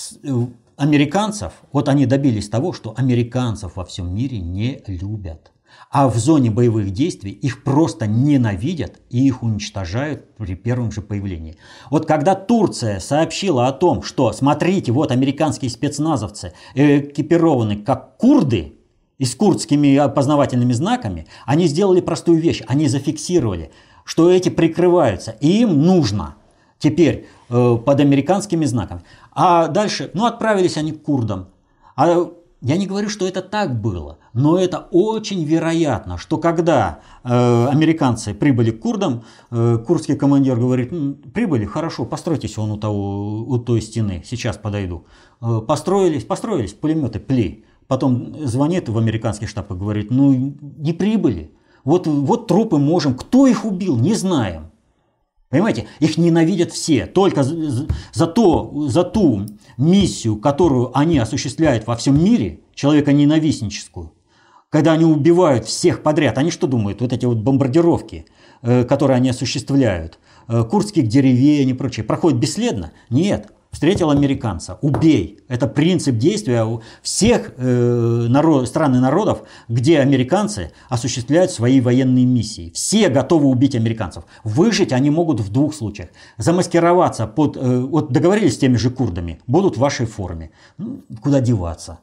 Speaker 2: Американцев, вот они добились того, что американцев во всем мире не любят. А в зоне боевых действий их просто ненавидят и их уничтожают при первом же появлении. Вот когда Турция сообщила о том, что, смотрите, вот американские спецназовцы экипированы как курды и с курдскими опознавательными знаками, они сделали простую вещь, они зафиксировали, что эти прикрываются, и им нужно теперь под американскими знаками. А дальше, отправились они к курдам. Я не говорю, что это так было, но это очень вероятно, что когда американцы прибыли к курдам, курдский командир говорит: прибыли, хорошо, постройтесь вон у той стены, сейчас подойду. Построились, пулеметы пли. Потом звонит в американский штаб и говорит: не прибыли, вот трупы можем, кто их убил, не знаем. Понимаете, их ненавидят все, только за ту миссию, которую они осуществляют во всем мире, человеконенавистническую. Когда они убивают всех подряд, они что думают, вот эти вот бомбардировки, которые они осуществляют, курдских деревень и прочее, проходят бесследно? Нет. Встретил американца, убей. Это принцип действия всех стран и народов, где американцы осуществляют свои военные миссии. Все готовы убить американцев. Выжить они могут в двух случаях. Замаскироваться вот договорились с теми же курдами, будут в вашей форме. Куда деваться?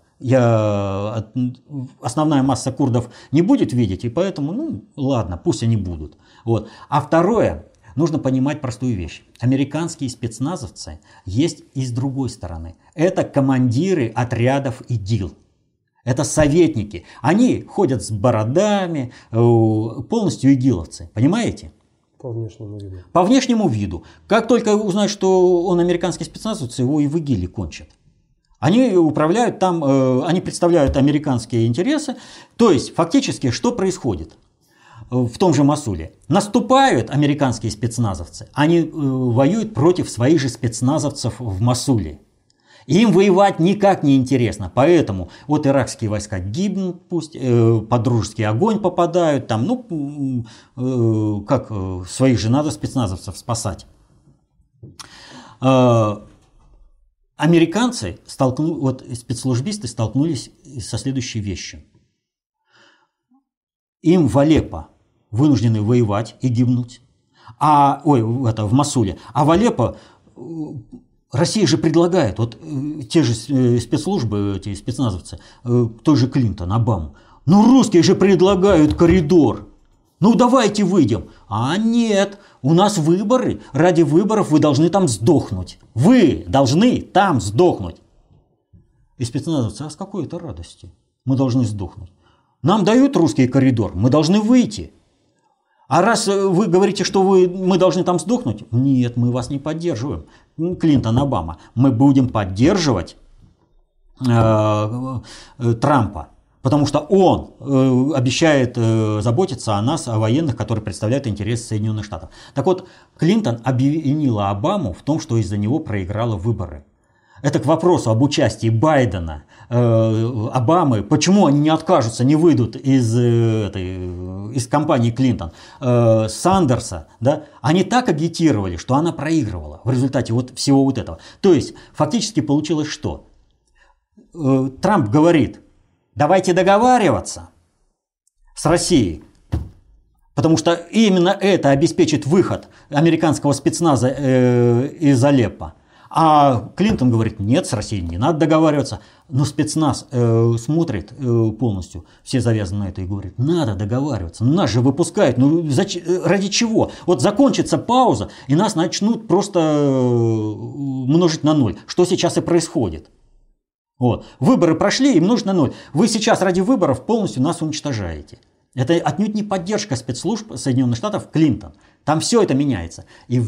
Speaker 2: Основная масса курдов не будет видеть, и поэтому, ладно, пусть они будут. Вот. А второе. Нужно понимать простую вещь. Американские спецназовцы есть и с другой стороны. Это командиры отрядов ИГИЛ. Это советники. Они ходят с бородами, полностью игиловцы. Понимаете?
Speaker 1: По внешнему виду.
Speaker 2: По внешнему виду. Как только узнают, что он американский спецназовец, его и в ИГИЛе кончат. Они управляют там, они представляют американские интересы. То есть, фактически, что происходит? В том же Мосуле. Наступают американские спецназовцы, они воюют против своих же спецназовцев в Мосуле. Им воевать никак не интересно, поэтому вот иракские войска гибнут, пусть под дружеский огонь попадают, там, как своих же надо спецназовцев спасать. Американцы, спецслужбисты столкнулись со следующей вещью. Им в Алеппо вынуждены воевать и гибнуть, в Мосуле. А в Алеппо Россия же предлагает, те же спецслужбы, эти спецназовцы, той же Клинтон, Обаму, русские же предлагают коридор, давайте выйдем. А нет, у нас выборы, ради выборов вы должны там сдохнуть. Вы должны там сдохнуть. И спецназовцы: а с какой это радости мы должны сдохнуть? Нам дают русский коридор, мы должны выйти. А раз вы говорите, что мы должны там сдохнуть, нет, мы вас не поддерживаем. Клинтон, Обама, мы будем поддерживать Трампа, потому что он обещает заботиться о нас, о военных, которые представляют интересы Соединенных Штатов. Так вот, Клинтон обвинила Обаму в том, что из-за него проиграла выборы. Это к вопросу об участии Байдена, Обамы, почему они не откажутся, не выйдут из компании Клинтон, Сандерса, да? Они так агитировали, что она проигрывала в результате всего этого. То есть фактически получилось что? Трамп говорит: давайте договариваться с Россией, потому что именно это обеспечит выход американского спецназа из Алеппо. А Клинтон говорит: нет, с Россией не надо договариваться. Но спецназ смотрит полностью, все завязаны на это, и говорит: надо договариваться. Нас же выпускают. Ради чего? Закончится пауза, и нас начнут просто множить на ноль. Что сейчас и происходит. Выборы прошли, и множить на ноль. Вы сейчас ради выборов полностью нас уничтожаете. Это отнюдь не поддержка спецслужб Соединенных Штатов Клинтон. Там все это меняется. И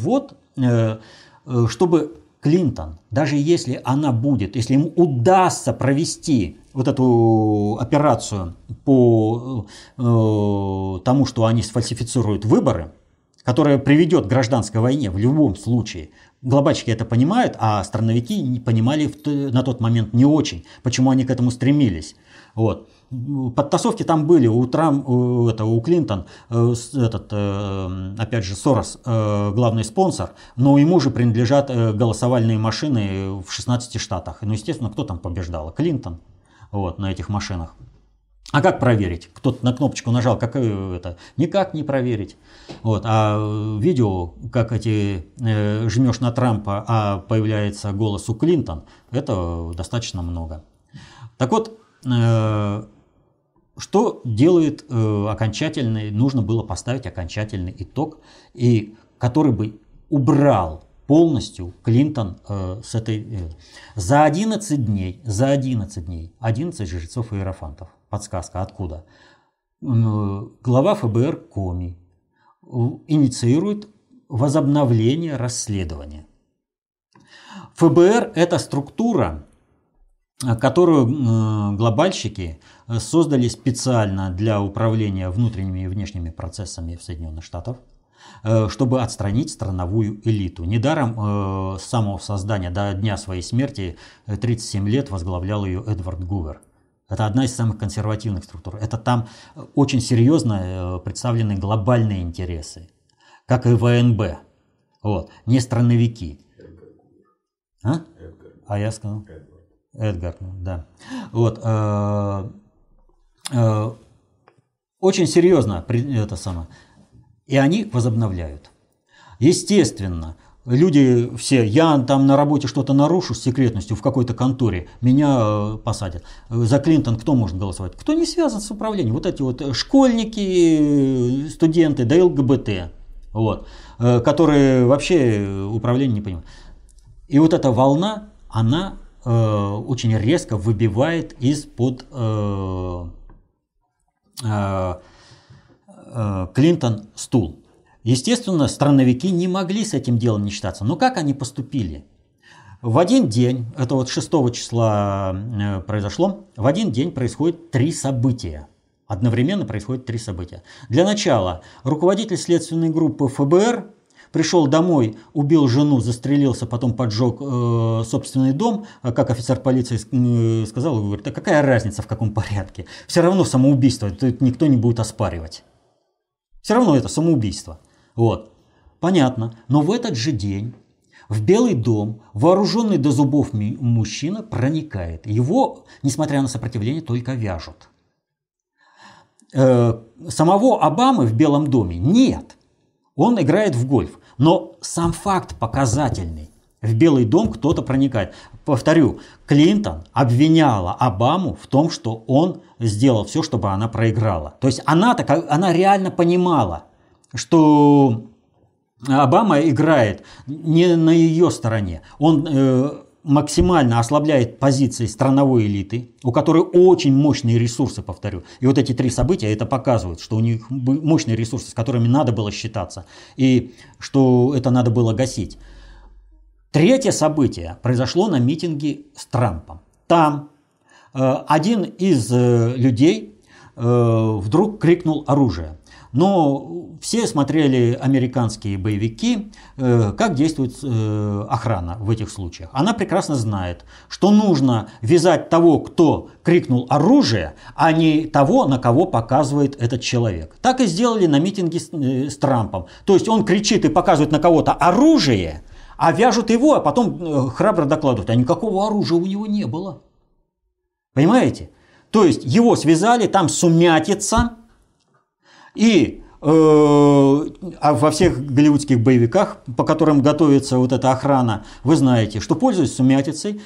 Speaker 2: чтобы Клинтон, даже если если ему удастся провести эту операцию по тому, что они сфальсифицируют выборы, которая приведет к гражданской войне в любом случае, глобальщики это понимают, а страновики не понимали на тот момент не очень, почему они к этому стремились. Подтасовки там были у Клинтон, опять же, Сорос главный спонсор, но ему же принадлежат голосовальные машины в 16 штатах. Естественно, кто там побеждал? Клинтон на этих машинах. А как проверить? Кто-то на кнопочку нажал, как это? Никак не проверить. Вот. А видео, как жмешь на Трампа, а появляется голос у Клинтон, это достаточно много. Так вот, что делает окончательный, нужно было поставить окончательный итог, и который бы убрал полностью Клинтон с этой... За 11 дней, 11 жрецов иерофантов. Подсказка откуда? Глава ФБР Коми инициирует возобновление расследования. ФБР – это структура, которую глобальщики создали специально для управления внутренними и внешними процессами в Соединенных Штатах, чтобы отстранить страновую элиту. Недаром с самого создания до дня своей смерти 37 лет возглавлял ее Эдвард Гувер. Это одна из самых консервативных структур. Это там очень серьезно представлены глобальные интересы, как и ВНБ. Вот. Не страновики. А я сказал? Эдгар, да. Вот. Очень серьезно это самое. И они возобновляют. Естественно, люди все, я там на работе что-то нарушу с секретностью в какой-то конторе, меня посадят. За Клинтон кто может голосовать? Кто не связан с управлением? Вот эти вот школьники, студенты, да ЛГБТ, вот, которые вообще управление не понимают. И вот эта волна, она очень резко выбивает из-под Клинтон стул. Естественно, страновики не могли с этим делом не считаться. Но как они поступили? В один день, это вот 6 числа произошло, в один день происходит 3 события. Одновременно происходит 3 события. Для начала руководитель следственной группы ФБР пришел домой, убил жену, застрелился, потом поджег собственный дом, как офицер полиции сказал, говорит, а какая разница в каком порядке? Все равно самоубийство, тут никто не будет оспаривать. Все равно это самоубийство. Вот. Понятно. Но в этот же день в Белый дом вооруженный до зубов мужчина проникает. Его, несмотря на сопротивление, только вяжут. Самого Обамы в Белом доме нет. Он играет в гольф. Но сам факт показательный. В Белый дом кто-то проникает. Повторю, Клинтон обвиняла Обаму в том, что он сделал все, чтобы она проиграла. То есть она реально понимала, что Обама играет не на ее стороне. Он максимально ослабляет позиции страновой элиты, у которой очень мощные ресурсы, повторю. И вот эти 3 события это показывают, что у них мощные ресурсы, с которыми надо было считаться, и что это надо было гасить. 3 событие произошло на митинге с Трампом. Там один из людей вдруг крикнул оружие. Но все смотрели американские боевики, как действует охрана в этих случаях. Она прекрасно знает, что нужно вязать того, кто крикнул оружие, а не того, на кого показывает этот человек. Так и сделали на митинге с Трампом. То есть он кричит и показывает на кого-то оружие, а вяжут его, а потом храбро докладывают, а никакого оружия у него не было. Понимаете? То есть его связали, там сумятица. И во всех голливудских боевиках, по которым готовится вот эта охрана, вы знаете, что, пользуясь сумятицей,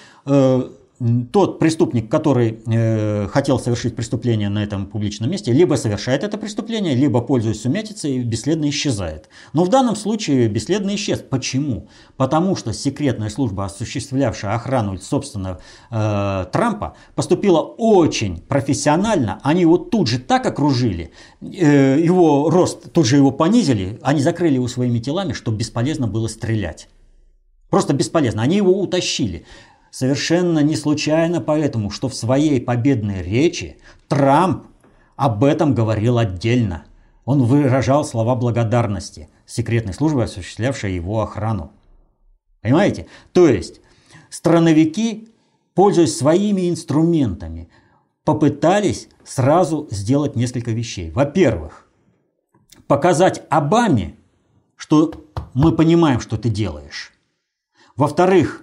Speaker 2: тот преступник, который хотел совершить преступление на этом публичном месте, либо совершает это преступление, либо, пользуясь сумятицей, бесследно исчезает. Но в данном случае бесследно исчез. Почему? Потому что секретная служба, осуществлявшая охрану, собственно, Трампа, поступила очень профессионально. Они его тут же так окружили, его рост тут же его понизили, они закрыли его своими телами, что бесполезно было стрелять. Просто бесполезно. Они его утащили. Совершенно не случайно поэтому, что в своей победной речи Трамп об этом говорил отдельно. Он выражал слова благодарности секретной службе, осуществлявшей его охрану. Понимаете? То есть страновики, пользуясь своими инструментами, попытались сразу сделать несколько вещей. Во-первых, показать Обаме, что мы понимаем, что ты делаешь. Во-вторых,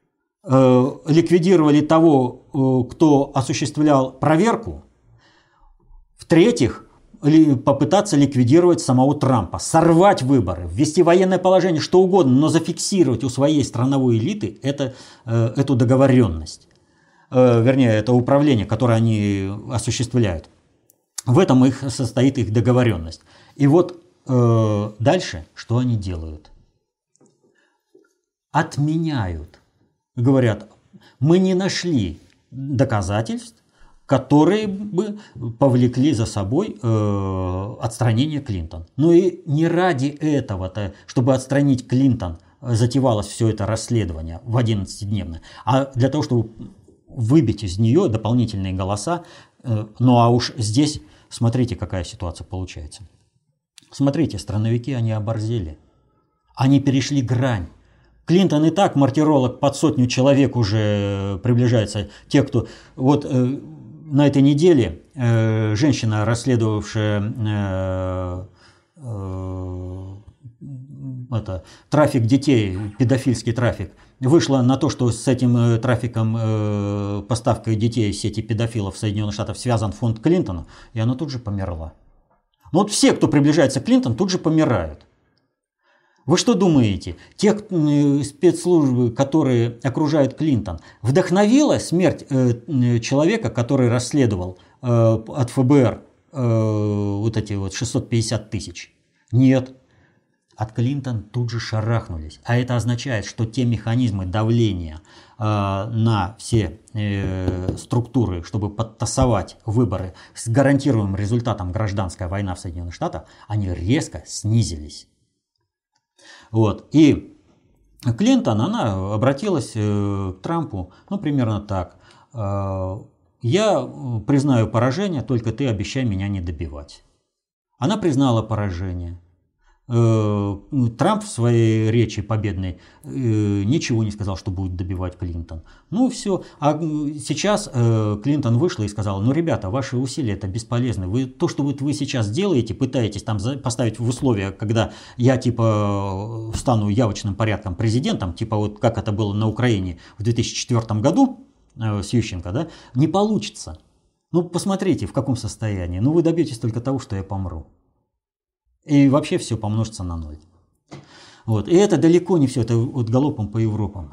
Speaker 2: ликвидировали того, кто осуществлял проверку. В-третьих, попытаться ликвидировать самого Трампа, сорвать выборы, ввести военное положение, что угодно, но зафиксировать у своей страновой элиты эту договоренность. Вернее, это управление, которое они осуществляют. В этом состоит их договоренность. И вот дальше что они делают? Отменяют. Говорят, мы не нашли доказательств, которые бы повлекли за собой отстранение Клинтон. Ну и не ради этого-то, чтобы отстранить Клинтон, затевалось все это расследование в 11-дневное, а для того, чтобы выбить из нее дополнительные голоса. Ну а уж здесь смотрите, какая ситуация получается. Смотрите, страновики, они оборзели. Они перешли грань. Клинтон и так мартиролог под 100 человек уже приближается. Те, кто... Вот на этой неделе женщина, расследовавшая трафик детей, педофильский трафик, вышла на то, что с этим трафиком, поставкой детей в сети педофилов Соединенных Штатов связан фонд Клинтона, и она тут же померла. Ну вот все, кто приближается к Клинтон, тут же помирают. Вы что думаете, те спецслужбы, которые окружают Клинтон, вдохновила смерть человека, который расследовал от ФБР вот эти вот 650 тысяч? Нет. От Клинтон тут же шарахнулись. А это означает, что те механизмы давления на все структуры, чтобы подтасовать выборы с гарантируемым результатом гражданская война в Соединенных Штатах, они резко снизились. Вот. И Клинтон, она обратилась к Трампу, ну, примерно так. Я признаю поражение, только ты обещай меня не добивать. Она признала поражение. Трамп в своей речи победной ничего не сказал, что будет добивать Клинтон. Ну все. А сейчас Клинтон вышла и сказала: ну, ребята, ваши усилия это бесполезны. То, что вы сейчас делаете, пытаетесь там поставить в условия, когда я типа стану явочным порядком президентом, типа вот как это было на Украине в 2004 году с Ющенко, да, не получится. Ну посмотрите, в каком состоянии. Ну вы добьетесь только того, что я помру. И вообще все помножится на 0. Вот. И это далеко не все, это вот галопом по Европам.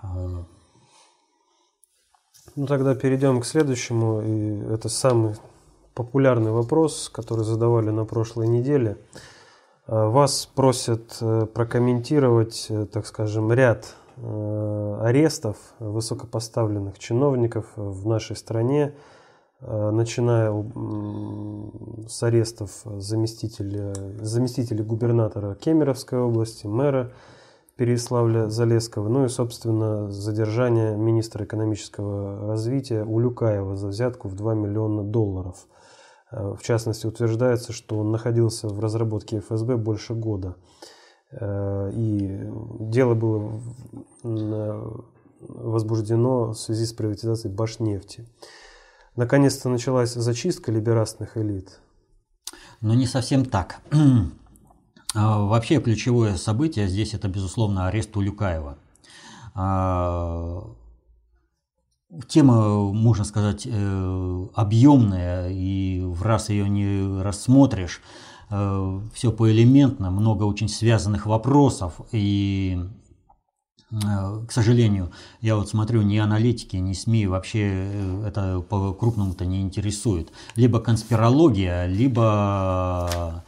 Speaker 1: Ну тогда перейдем к следующему. И это самый популярный вопрос, который задавали на прошлой неделе. Вас просят прокомментировать, так скажем, ряд арестов высокопоставленных чиновников в нашей стране, начиная с арестов заместителя губернатора Кемеровской области, мэра Переяславля-Залесского, ну и, собственно, задержание министра экономического развития Улюкаева за взятку в $2 миллиона. В частности, утверждается, что он находился в разработке ФСБ больше года. И дело было возбуждено в связи с приватизацией Башнефти. Наконец-то началась зачистка либерастных элит.
Speaker 2: Но не совсем так. Вообще ключевое событие здесь это, безусловно, арест Улюкаева. Тема, можно сказать, объемная, и в раз ее не рассмотришь. Все поэлементно, много очень связанных вопросов, и к сожалению, я вот смотрю, ни аналитики, ни СМИ вообще это по-крупному-то не интересует. Либо конспирология, либо,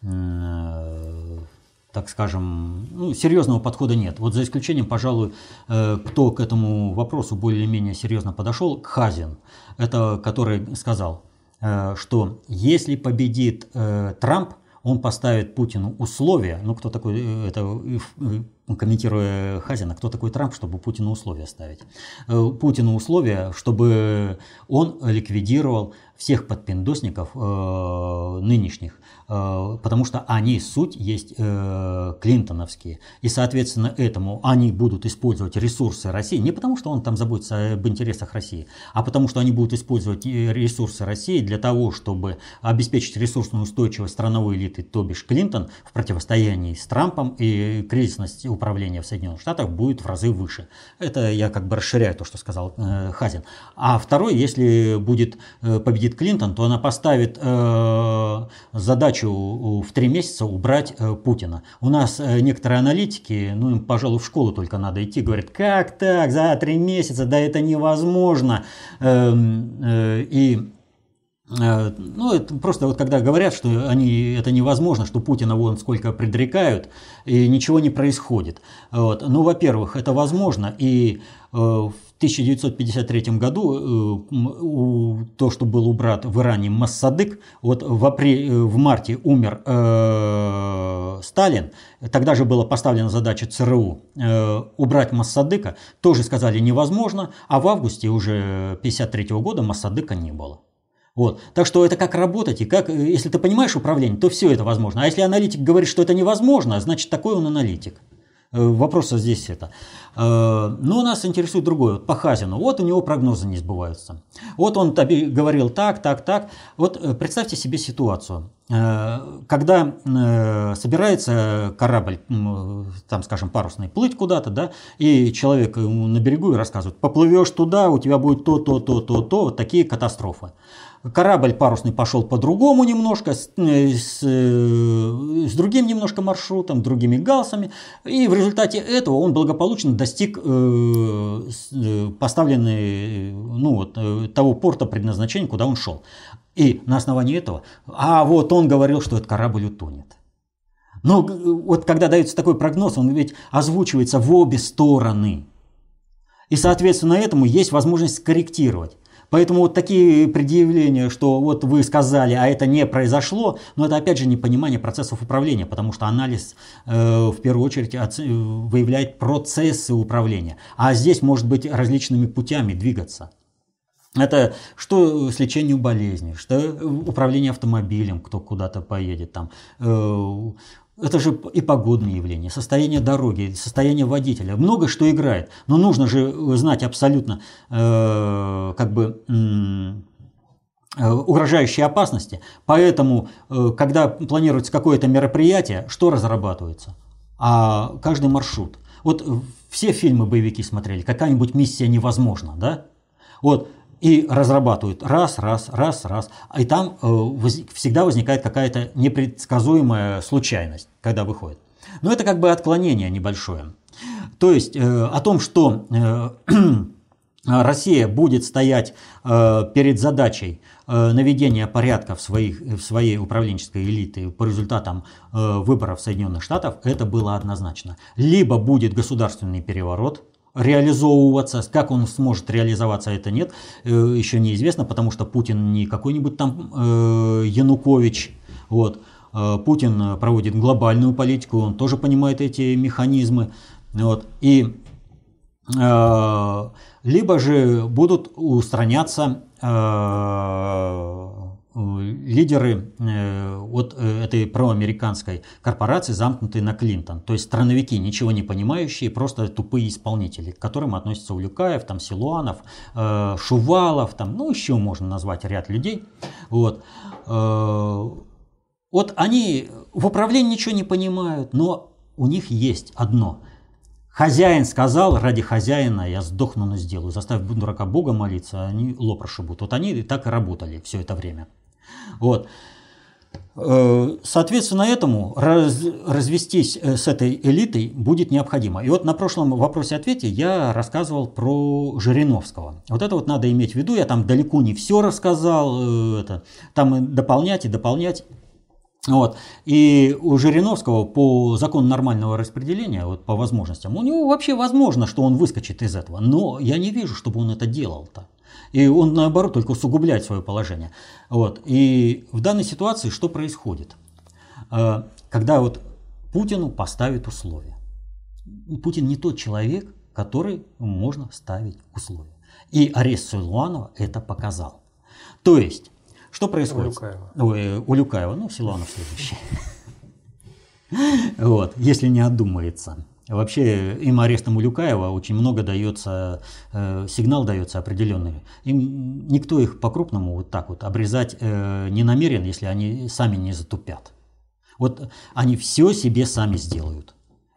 Speaker 2: так скажем, ну, серьезного подхода нет. Вот за исключением, пожалуй, кто к этому вопросу более-менее серьезно подошел, Хазин, это который сказал, что если победит Трамп, он поставит Путину условия, ну кто такой, это комментируя Хазина, кто такой Трамп, чтобы Путину условия ставить? Путину условия, чтобы он ликвидировал всех подпиндосников нынешних, потому что они суть есть клинтоновские. И соответственно этому они будут использовать ресурсы России, не потому что он там заботится об интересах России, а потому что они будут использовать ресурсы России для того, чтобы обеспечить ресурсную устойчивость страновой элиты, то бишь Клинтон, в противостоянии с Трампом и кризисность управления в Соединенных Штатах будет в разы выше. Это я как бы расширяю то, что сказал Хазин. А второй, если победит Клинтон, то она поставит задачу в 3 месяца убрать Путина. У нас некоторые аналитики, им, пожалуй, в школу только надо идти, говорят, как так, за 3 месяца, да это невозможно. Это просто вот когда говорят, что это невозможно, что Путина вон сколько предрекают, и ничего не происходит. Во-первых, это возможно, и в 1953 году то, что был убран в Иране Моссадык, в марте умер Сталин, тогда же была поставлена задача ЦРУ убрать Моссадыка, тоже сказали невозможно, а в августе уже 1953 года Моссадыка не было. Так что это как работать, и если ты понимаешь управление, то все это возможно. А если аналитик говорит, что это невозможно, значит такой он аналитик. Вопрос здесь это. Но нас интересует другое. По Хазину. У него прогнозы не сбываются. Он говорил так. Представьте себе ситуацию. Когда собирается корабль, скажем, парусный, плыть куда-то, да, и человек ему на берегу и рассказывает, поплывешь туда, у тебя будет то, вот такие катастрофы. Корабль парусный пошел по-другому немножко, с другим немножко маршрутом, другими галсами, и в результате этого он благополучно достиг того порта предназначения, куда он шел. И на основании этого, он говорил, что этот корабль утонет. Когда дается такой прогноз, он ведь озвучивается в обе стороны. И, соответственно, этому есть возможность скорректировать. Поэтому такие предъявления, что вы сказали, а это не произошло, но это опять же непонимание процессов управления, потому что анализ в первую очередь выявляет процессы управления. А здесь может быть различными путями двигаться. Это что с лечением болезней, что управление автомобилем, кто куда-то поедет там. Это же и погодные явления, состояние дороги, состояние водителя. Много что играет. Но нужно же знать абсолютно угрожающие опасности. Поэтому, когда планируется какое-то мероприятие, что разрабатывается? Каждый маршрут. Все фильмы боевики смотрели, какая-нибудь миссия невозможна, да? И разрабатывают раз. И там всегда возникает какая-то непредсказуемая случайность, когда выходит. Но это как бы отклонение небольшое. То есть о том, что Россия будет стоять перед задачей наведения порядка в своей управленческой элиты по результатам выборов Соединенных Штатов, это было однозначно. Либо будет государственный переворот, реализовываться, как он сможет реализоваться, это нет, еще неизвестно, потому что Путин не какой-нибудь там Янукович, Путин проводит глобальную политику, он тоже понимает эти механизмы, и либо же будут устраняться лидеры этой проамериканской корпорации, замкнутые на Клинтон. То есть страновики, ничего не понимающие, просто тупые исполнители, к которым относятся Улюкаев, Силуанов, Шувалов, еще можно назвать ряд людей. Они в управлении ничего не понимают, но у них есть одно. Хозяин сказал, ради хозяина я сдохну, но сделаю. Заставь дурака Бога молиться, они лоб расшибут. Они так и работали все это время. Соответственно, этому развестись с этой элитой будет необходимо. И на прошлом вопросе-ответе я рассказывал про Жириновского. Это надо иметь в виду. Я там далеко не все рассказал. Там и дополнять. И у Жириновского по закону нормального распределения, по возможностям, у него вообще возможно, что он выскочит из этого. Но я не вижу, чтобы он это делал-то. И он, наоборот, только усугубляет свое положение. И в данной ситуации что происходит? Когда Путину поставят условия. Путин не тот человек, который можно ставить условия. И арест Силуанова это показал. То есть, что происходит? Улюкаева. Силуанов следующий. Если не отдумается. Вообще им арестом Улюкаева очень много дается, сигнал дается определенный. Им никто их по-крупному обрезать не намерен, если они сами не затупят. Они все себе сами сделают.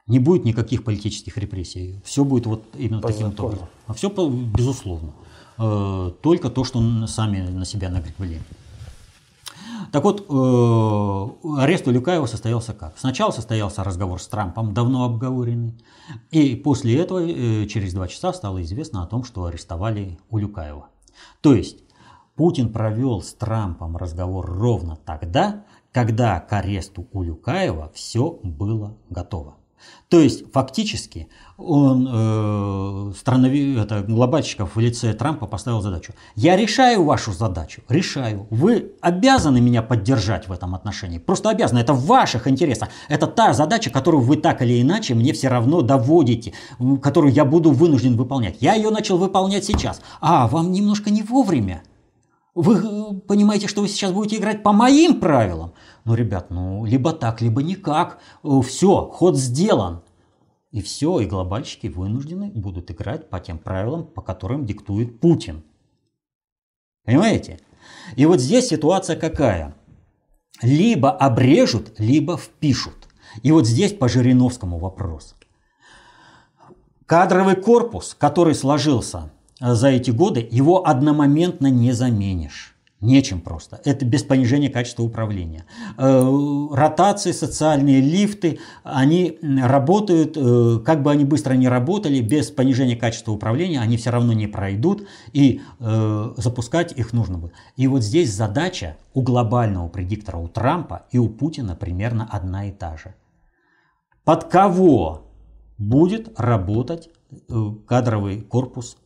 Speaker 2: Не будет никаких политических репрессий. Все будет вот именно таким образом. А все, безусловно. Только то, что сами на себя нагребли. Так вот, арест Улюкаева состоялся как? Сначала состоялся разговор с Трампом, давно обговоренный. И после этого, через 2 часа, стало известно о том, что арестовали Улюкаева. То есть, Путин провел с Трампом разговор ровно тогда, когда к аресту Улюкаева все было готово. То есть, фактически, он глобальщиков в лице Трампа поставил задачу. Я решаю вашу задачу, решаю. Вы обязаны меня поддержать в этом отношении. Просто обязаны, это в ваших интересах. Это та задача, которую вы так или иначе мне все равно доводите, которую я буду вынужден выполнять. Я ее начал выполнять сейчас. А, вам немножко не вовремя. Вы понимаете, что вы сейчас будете играть по моим правилам? Ну, ребят, либо так, либо никак. Все, ход сделан. И все, и глобальщики вынуждены будут играть по тем правилам, по которым диктует Путин. Понимаете? И вот здесь ситуация какая? Либо обрежут, либо впишут. И вот здесь по Жириновскому вопрос. Кадровый корпус, который сложился за эти годы, его одномоментно не заменишь. Нечем просто. Это без понижения качества управления. Ротации, социальные лифты, они работают, как бы они быстро ни работали, без понижения качества управления они все равно не пройдут, и запускать их нужно будет. И вот здесь задача у глобального предиктора, у Трампа и у Путина примерно одна и та же. Под кого будет работать кадровый корпус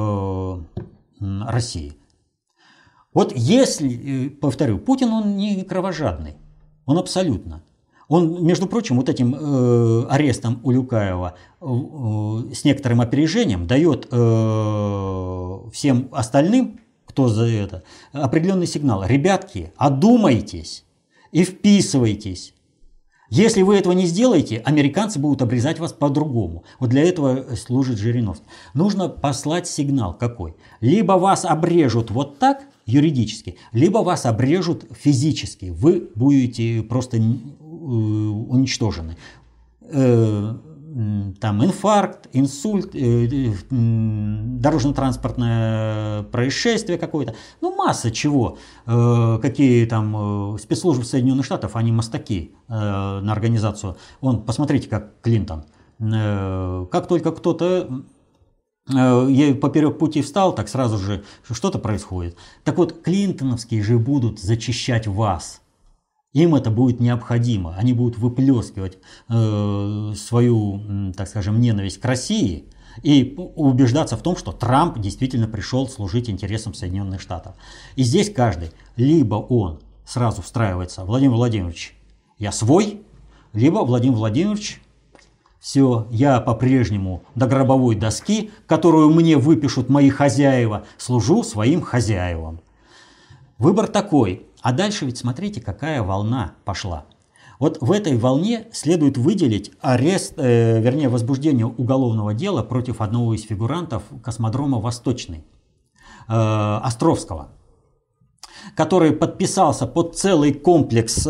Speaker 2: России? Вот если, повторю, Путин, он не кровожадный, он абсолютно. Он, между прочим, вот этим арестом Улюкаева с некоторым опережением дает всем остальным, кто за это, определенный сигнал. Ребятки, одумайтесь и вписывайтесь. Если вы этого не сделаете, американцы будут обрезать вас по-другому. Вот для этого служит Жириновский. Нужно послать сигнал какой? Либо вас обрежут вот так, юридически, либо вас обрежут физически. Вы будете просто уничтожены. Там инфаркт, инсульт, дорожно-транспортное происшествие какое-то. Ну, масса чего. Какие там спецслужбы Соединенных Штатов, они мастаки на организацию. Посмотрите, как Клинтон. Как только кто-то поперек пути встал, так сразу же что-то происходит. Так вот, клинтоновские же будут зачищать вас. Им это будет необходимо. Они будут выплескивать свою, так скажем, ненависть к России и убеждаться в том, что Трамп действительно пришел служить интересам Соединенных Штатов. И здесь каждый, либо он сразу встраивается: Владимир Владимирович, я свой, либо Владимир Владимирович, все, я по-прежнему до гробовой доски, которую мне выпишут мои хозяева, служу своим хозяевам. Выбор такой. А дальше ведь смотрите, какая волна пошла. Вот в этой волне следует выделить возбуждение уголовного дела против одного из фигурантов космодрома «Восточный», Островского, который подписался под целый комплекс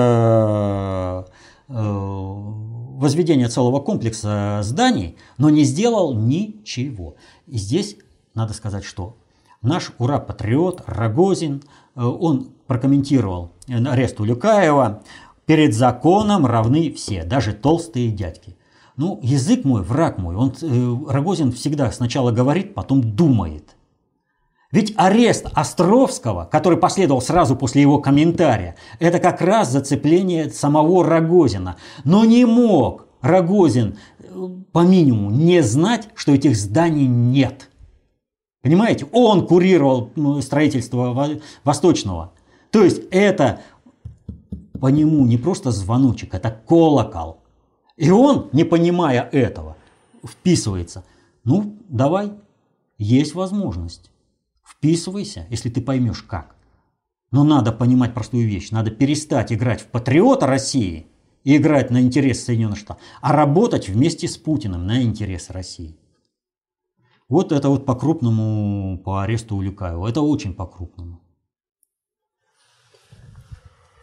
Speaker 2: возведения целого комплекса зданий, но не сделал ничего. И здесь надо сказать, что наш ура-патриот Рогозин, он прокомментировал арест Улюкаева: перед законом равны все, даже толстые дядьки. Ну, язык мой, враг мой. Рогозин всегда сначала говорит, потом думает. Ведь арест Островского, который последовал сразу после его комментария, это как раз зацепление самого Рогозина. Но не мог Рогозин по минимуму не знать, что этих зданий нет. Понимаете? Он курировал строительство Восточного. То есть это по нему не просто звоночек, это колокол. И он, не понимая этого, вписывается. Ну, давай, есть возможность. Вписывайся, если ты поймешь как. Но надо понимать простую вещь. Надо перестать играть в патриота России и играть на интересы Соединенных Штатов, а работать вместе с Путиным на интересы России. Вот это вот по-крупному по аресту Улюкаева. Это очень по-крупному.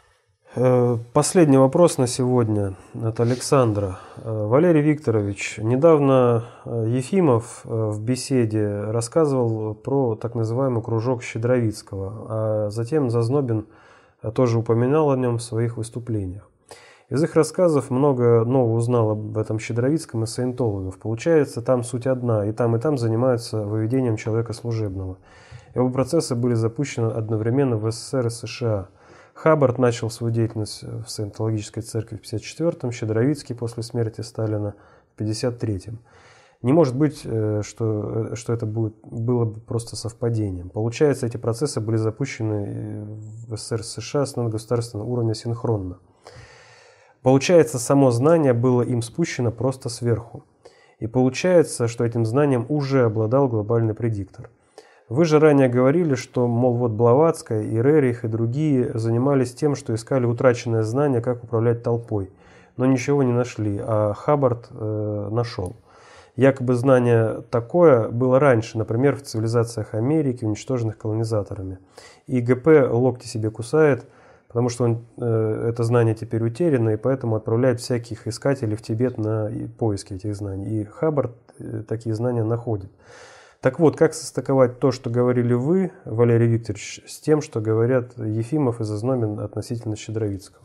Speaker 1: Последний вопрос на сегодня от Александра. Валерий Викторович, недавно Ефимов в беседе рассказывал про так называемый кружок Щедровицкого, а затем Зазнобин тоже упоминал о нем в своих выступлениях. Из их рассказов много нового узнал об этом Щедровицком из саентологов. Получается, там суть одна, и там занимаются выведением человека служебного. Его процессы были запущены одновременно в СССР и США. Хаббард начал свою деятельность в саентологической церкви в 1954-м, Щедровицкий после смерти Сталина в 1953-м. Не может быть, что это было бы просто совпадением. Получается, эти процессы были запущены в СССР и США с надгосударственного уровня синхронно. Получается, само знание было им спущено просто сверху. И получается, что этим знанием уже обладал глобальный предиктор. Вы же ранее говорили, что, мол, вот Блаватская и Рерих и другие занимались тем, что искали утраченное знание, как управлять толпой, но ничего не нашли, а Хаббард нашел. Якобы знание такое было раньше, например, в цивилизациях Америки, уничтоженных колонизаторами. И ГП локти себе кусает, потому что это знание теперь утеряно, и поэтому отправляет всяких искателей в Тибет на поиски этих знаний. И Хаббард такие знания находит. Так вот, как состыковать то, что говорили вы, Валерий Викторович, с тем, что говорят Ефимов и Зазнобин относительно Щедровицкого?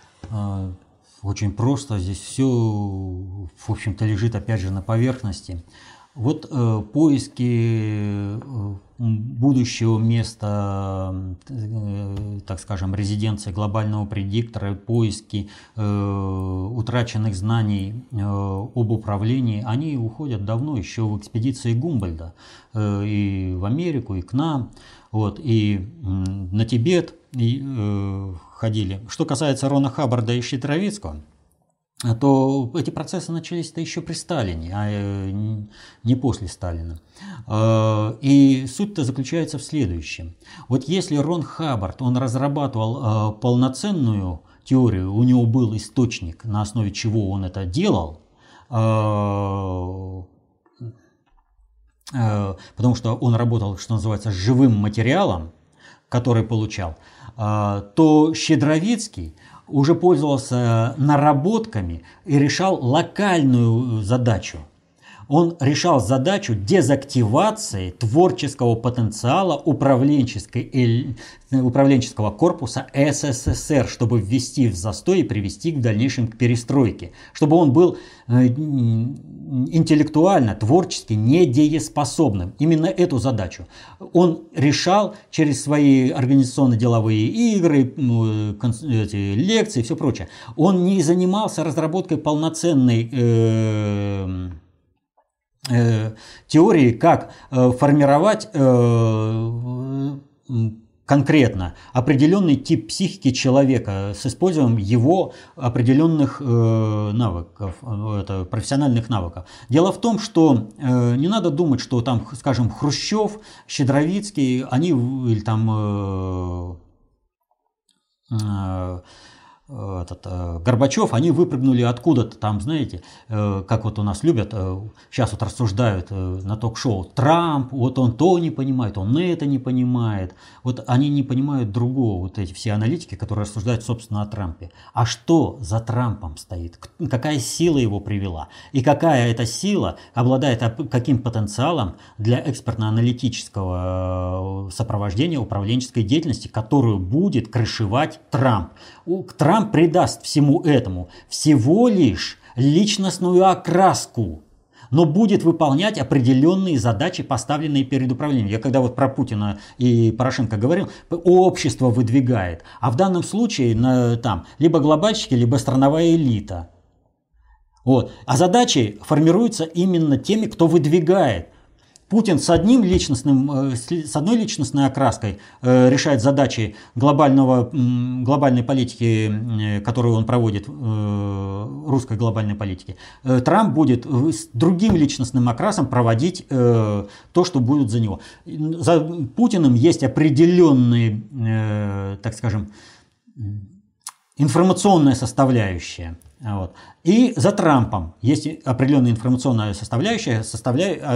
Speaker 2: Очень просто. Здесь все, в общем-то, лежит опять же на поверхности. Вот поиски будущего места, так скажем, резиденции глобального предиктора, поиски утраченных знаний об управлении, они уходят давно, еще в экспедиции Гумбольдта и в Америку, и к нам, вот, и на Тибет ходили. Что касается Рона Хаббарда и Щедровицкого, то эти процессы начались-то еще при Сталине, а не после Сталина. И суть-то заключается в следующем. Вот если Рон Хаббард, он разрабатывал полноценную теорию, у него был источник, на основе чего он это делал, потому что он работал, что называется, с живым материалом, который получал, то Щедровицкий уже пользовался наработками и решал локальную задачу. Он решал задачу дезактивации творческого потенциала управленческого корпуса СССР, чтобы ввести в застой и привести в дальнейшем к перестройке, чтобы он был интеллектуально, творчески недееспособным. Именно эту задачу он решал через свои организационно-деловые игры, лекции и все прочее. Он не занимался разработкой полноценной теории, как формировать конкретно определенный тип психики человека с использованием его определенных навыков, профессиональных навыков. Дело в том, что не надо думать, что там, скажем, Хрущев, Щедровицкий, они или там Горбачев, они выпрыгнули откуда-то там, знаете, как вот у нас любят, сейчас вот рассуждают на ток-шоу, Трамп, вот он то не понимает, он это не понимает. Вот они не понимают другого, вот эти все аналитики, которые рассуждают, собственно, о Трампе. А что за Трампом стоит? Какая сила его привела? И какая эта сила обладает каким потенциалом для экспертно-аналитического сопровождения управленческой деятельности, которую будет крышевать Трамп? Трамп придаст всему этому всего лишь личностную окраску, но будет выполнять определенные задачи, поставленные перед управлением. Я когда вот про Путина и Порошенко говорил, общество выдвигает, а в данном случае там либо глобальщики, либо страновая элита. Вот. А задачи формируются именно теми, кто выдвигает. Путин с одной личностной окраской решает задачи глобальной политики, которую он проводит, русской глобальной политики. Трамп будет с другим личностным окрасом проводить то, что будет за него. За Путиным есть определенные, так скажем, информационная составляющая. Вот. И за Трампом есть определенная информационная составляющая,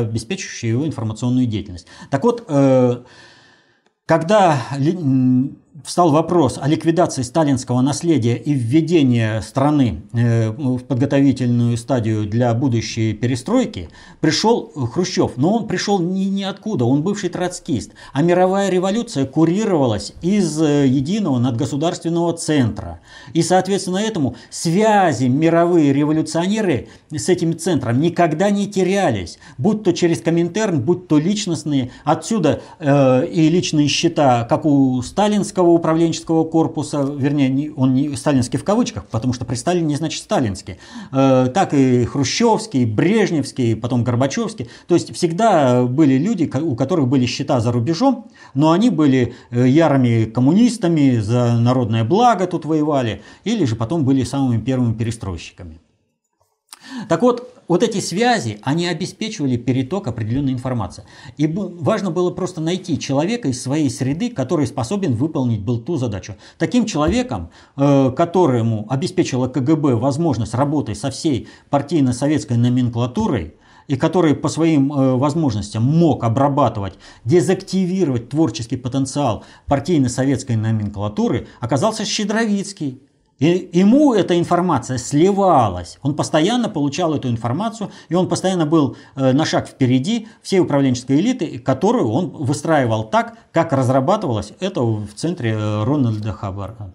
Speaker 2: обеспечивающая его информационную деятельность. Так вот, когда встал вопрос о ликвидации сталинского наследия и введении страны в подготовительную стадию для будущей перестройки, пришел Хрущев. Но он пришел ниоткуда, он бывший троцкист. А мировая революция курировалась из единого надгосударственного центра. И, соответственно, этому связи мировые революционеры с этим центром никогда не терялись. Будь то через Коминтерн, будь то личностные. Отсюда и личные счета, как у сталинского управленческого корпуса, вернее, он не сталинский в кавычках, потому что при Сталине не значит сталинский, так и хрущевский, брежневский, потом горбачевский. То есть всегда были люди, у которых были счета за рубежом, но они были ярыми коммунистами, за народное благо тут воевали, или же потом были самыми первыми перестройщиками. Так вот, вот эти связи, они обеспечивали переток определенной информации. И важно было просто найти человека из своей среды, который способен выполнить был ту задачу. Таким человеком, которому обеспечила КГБ возможность работы со всей партийно-советской номенклатурой, и который по своим возможностям мог обрабатывать, дезактивировать творческий потенциал партийно-советской номенклатуры, оказался Щедровицкий. И ему эта информация сливалась. Он постоянно получал эту информацию, и он постоянно был на шаг впереди всей управленческой элиты, которую он выстраивал так, как разрабатывалось это в центре Рональда Хаббарда.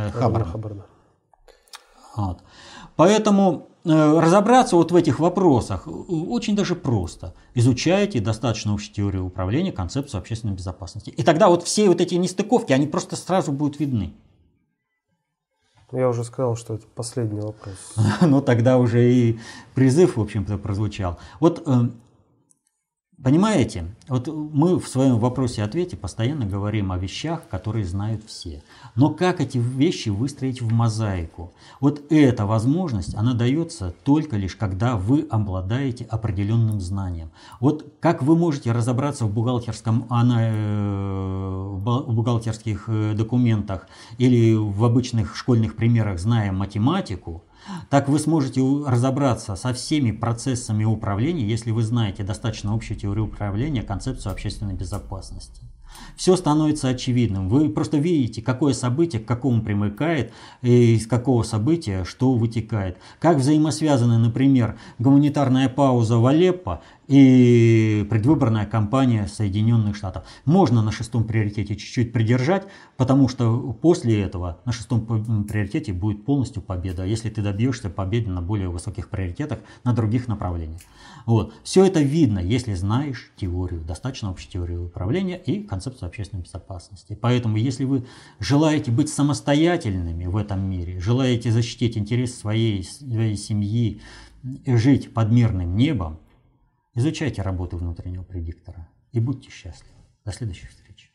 Speaker 2: Вот. Поэтому разобраться вот в этих вопросах очень даже просто. Изучайте достаточно общую теорию управления, концепцию общественной безопасности. И тогда вот все вот эти нестыковки, они просто сразу будут видны.
Speaker 1: Я уже сказал, что это последний вопрос.
Speaker 2: Ну, тогда уже и призыв, в общем-то, прозвучал. Вот, понимаете, вот мы в своем вопросе-ответе постоянно говорим о вещах, которые знают все. Но как эти вещи выстроить в мозаику? Вот эта возможность, она дается только лишь, когда вы обладаете определенным знанием. Вот как вы можете разобраться в бухгалтерских документах или в обычных школьных примерах, зная математику, так вы сможете разобраться со всеми процессами управления, если вы знаете достаточно общую теорию управления, концепцию общественной безопасности. Все становится очевидным. Вы просто видите, какое событие к какому примыкает, и из какого события что вытекает. Как взаимосвязаны, например, гуманитарная пауза в Алеппо и предвыборная кампания Соединенных Штатов. Можно на 6-м приоритете чуть-чуть придержать, потому что после этого на 6-м приоритете будет полностью победа, если ты добьешься победы на более высоких приоритетах, на других направлениях. Вот. Все это видно, если знаешь теорию, достаточно общую теорию управления и концепцию общественной безопасности. Поэтому, если вы желаете быть самостоятельными в этом мире, желаете защитить интересы своей семьи и жить под мирным небом, изучайте работу внутреннего предиктора и будьте счастливы. До следующих встреч.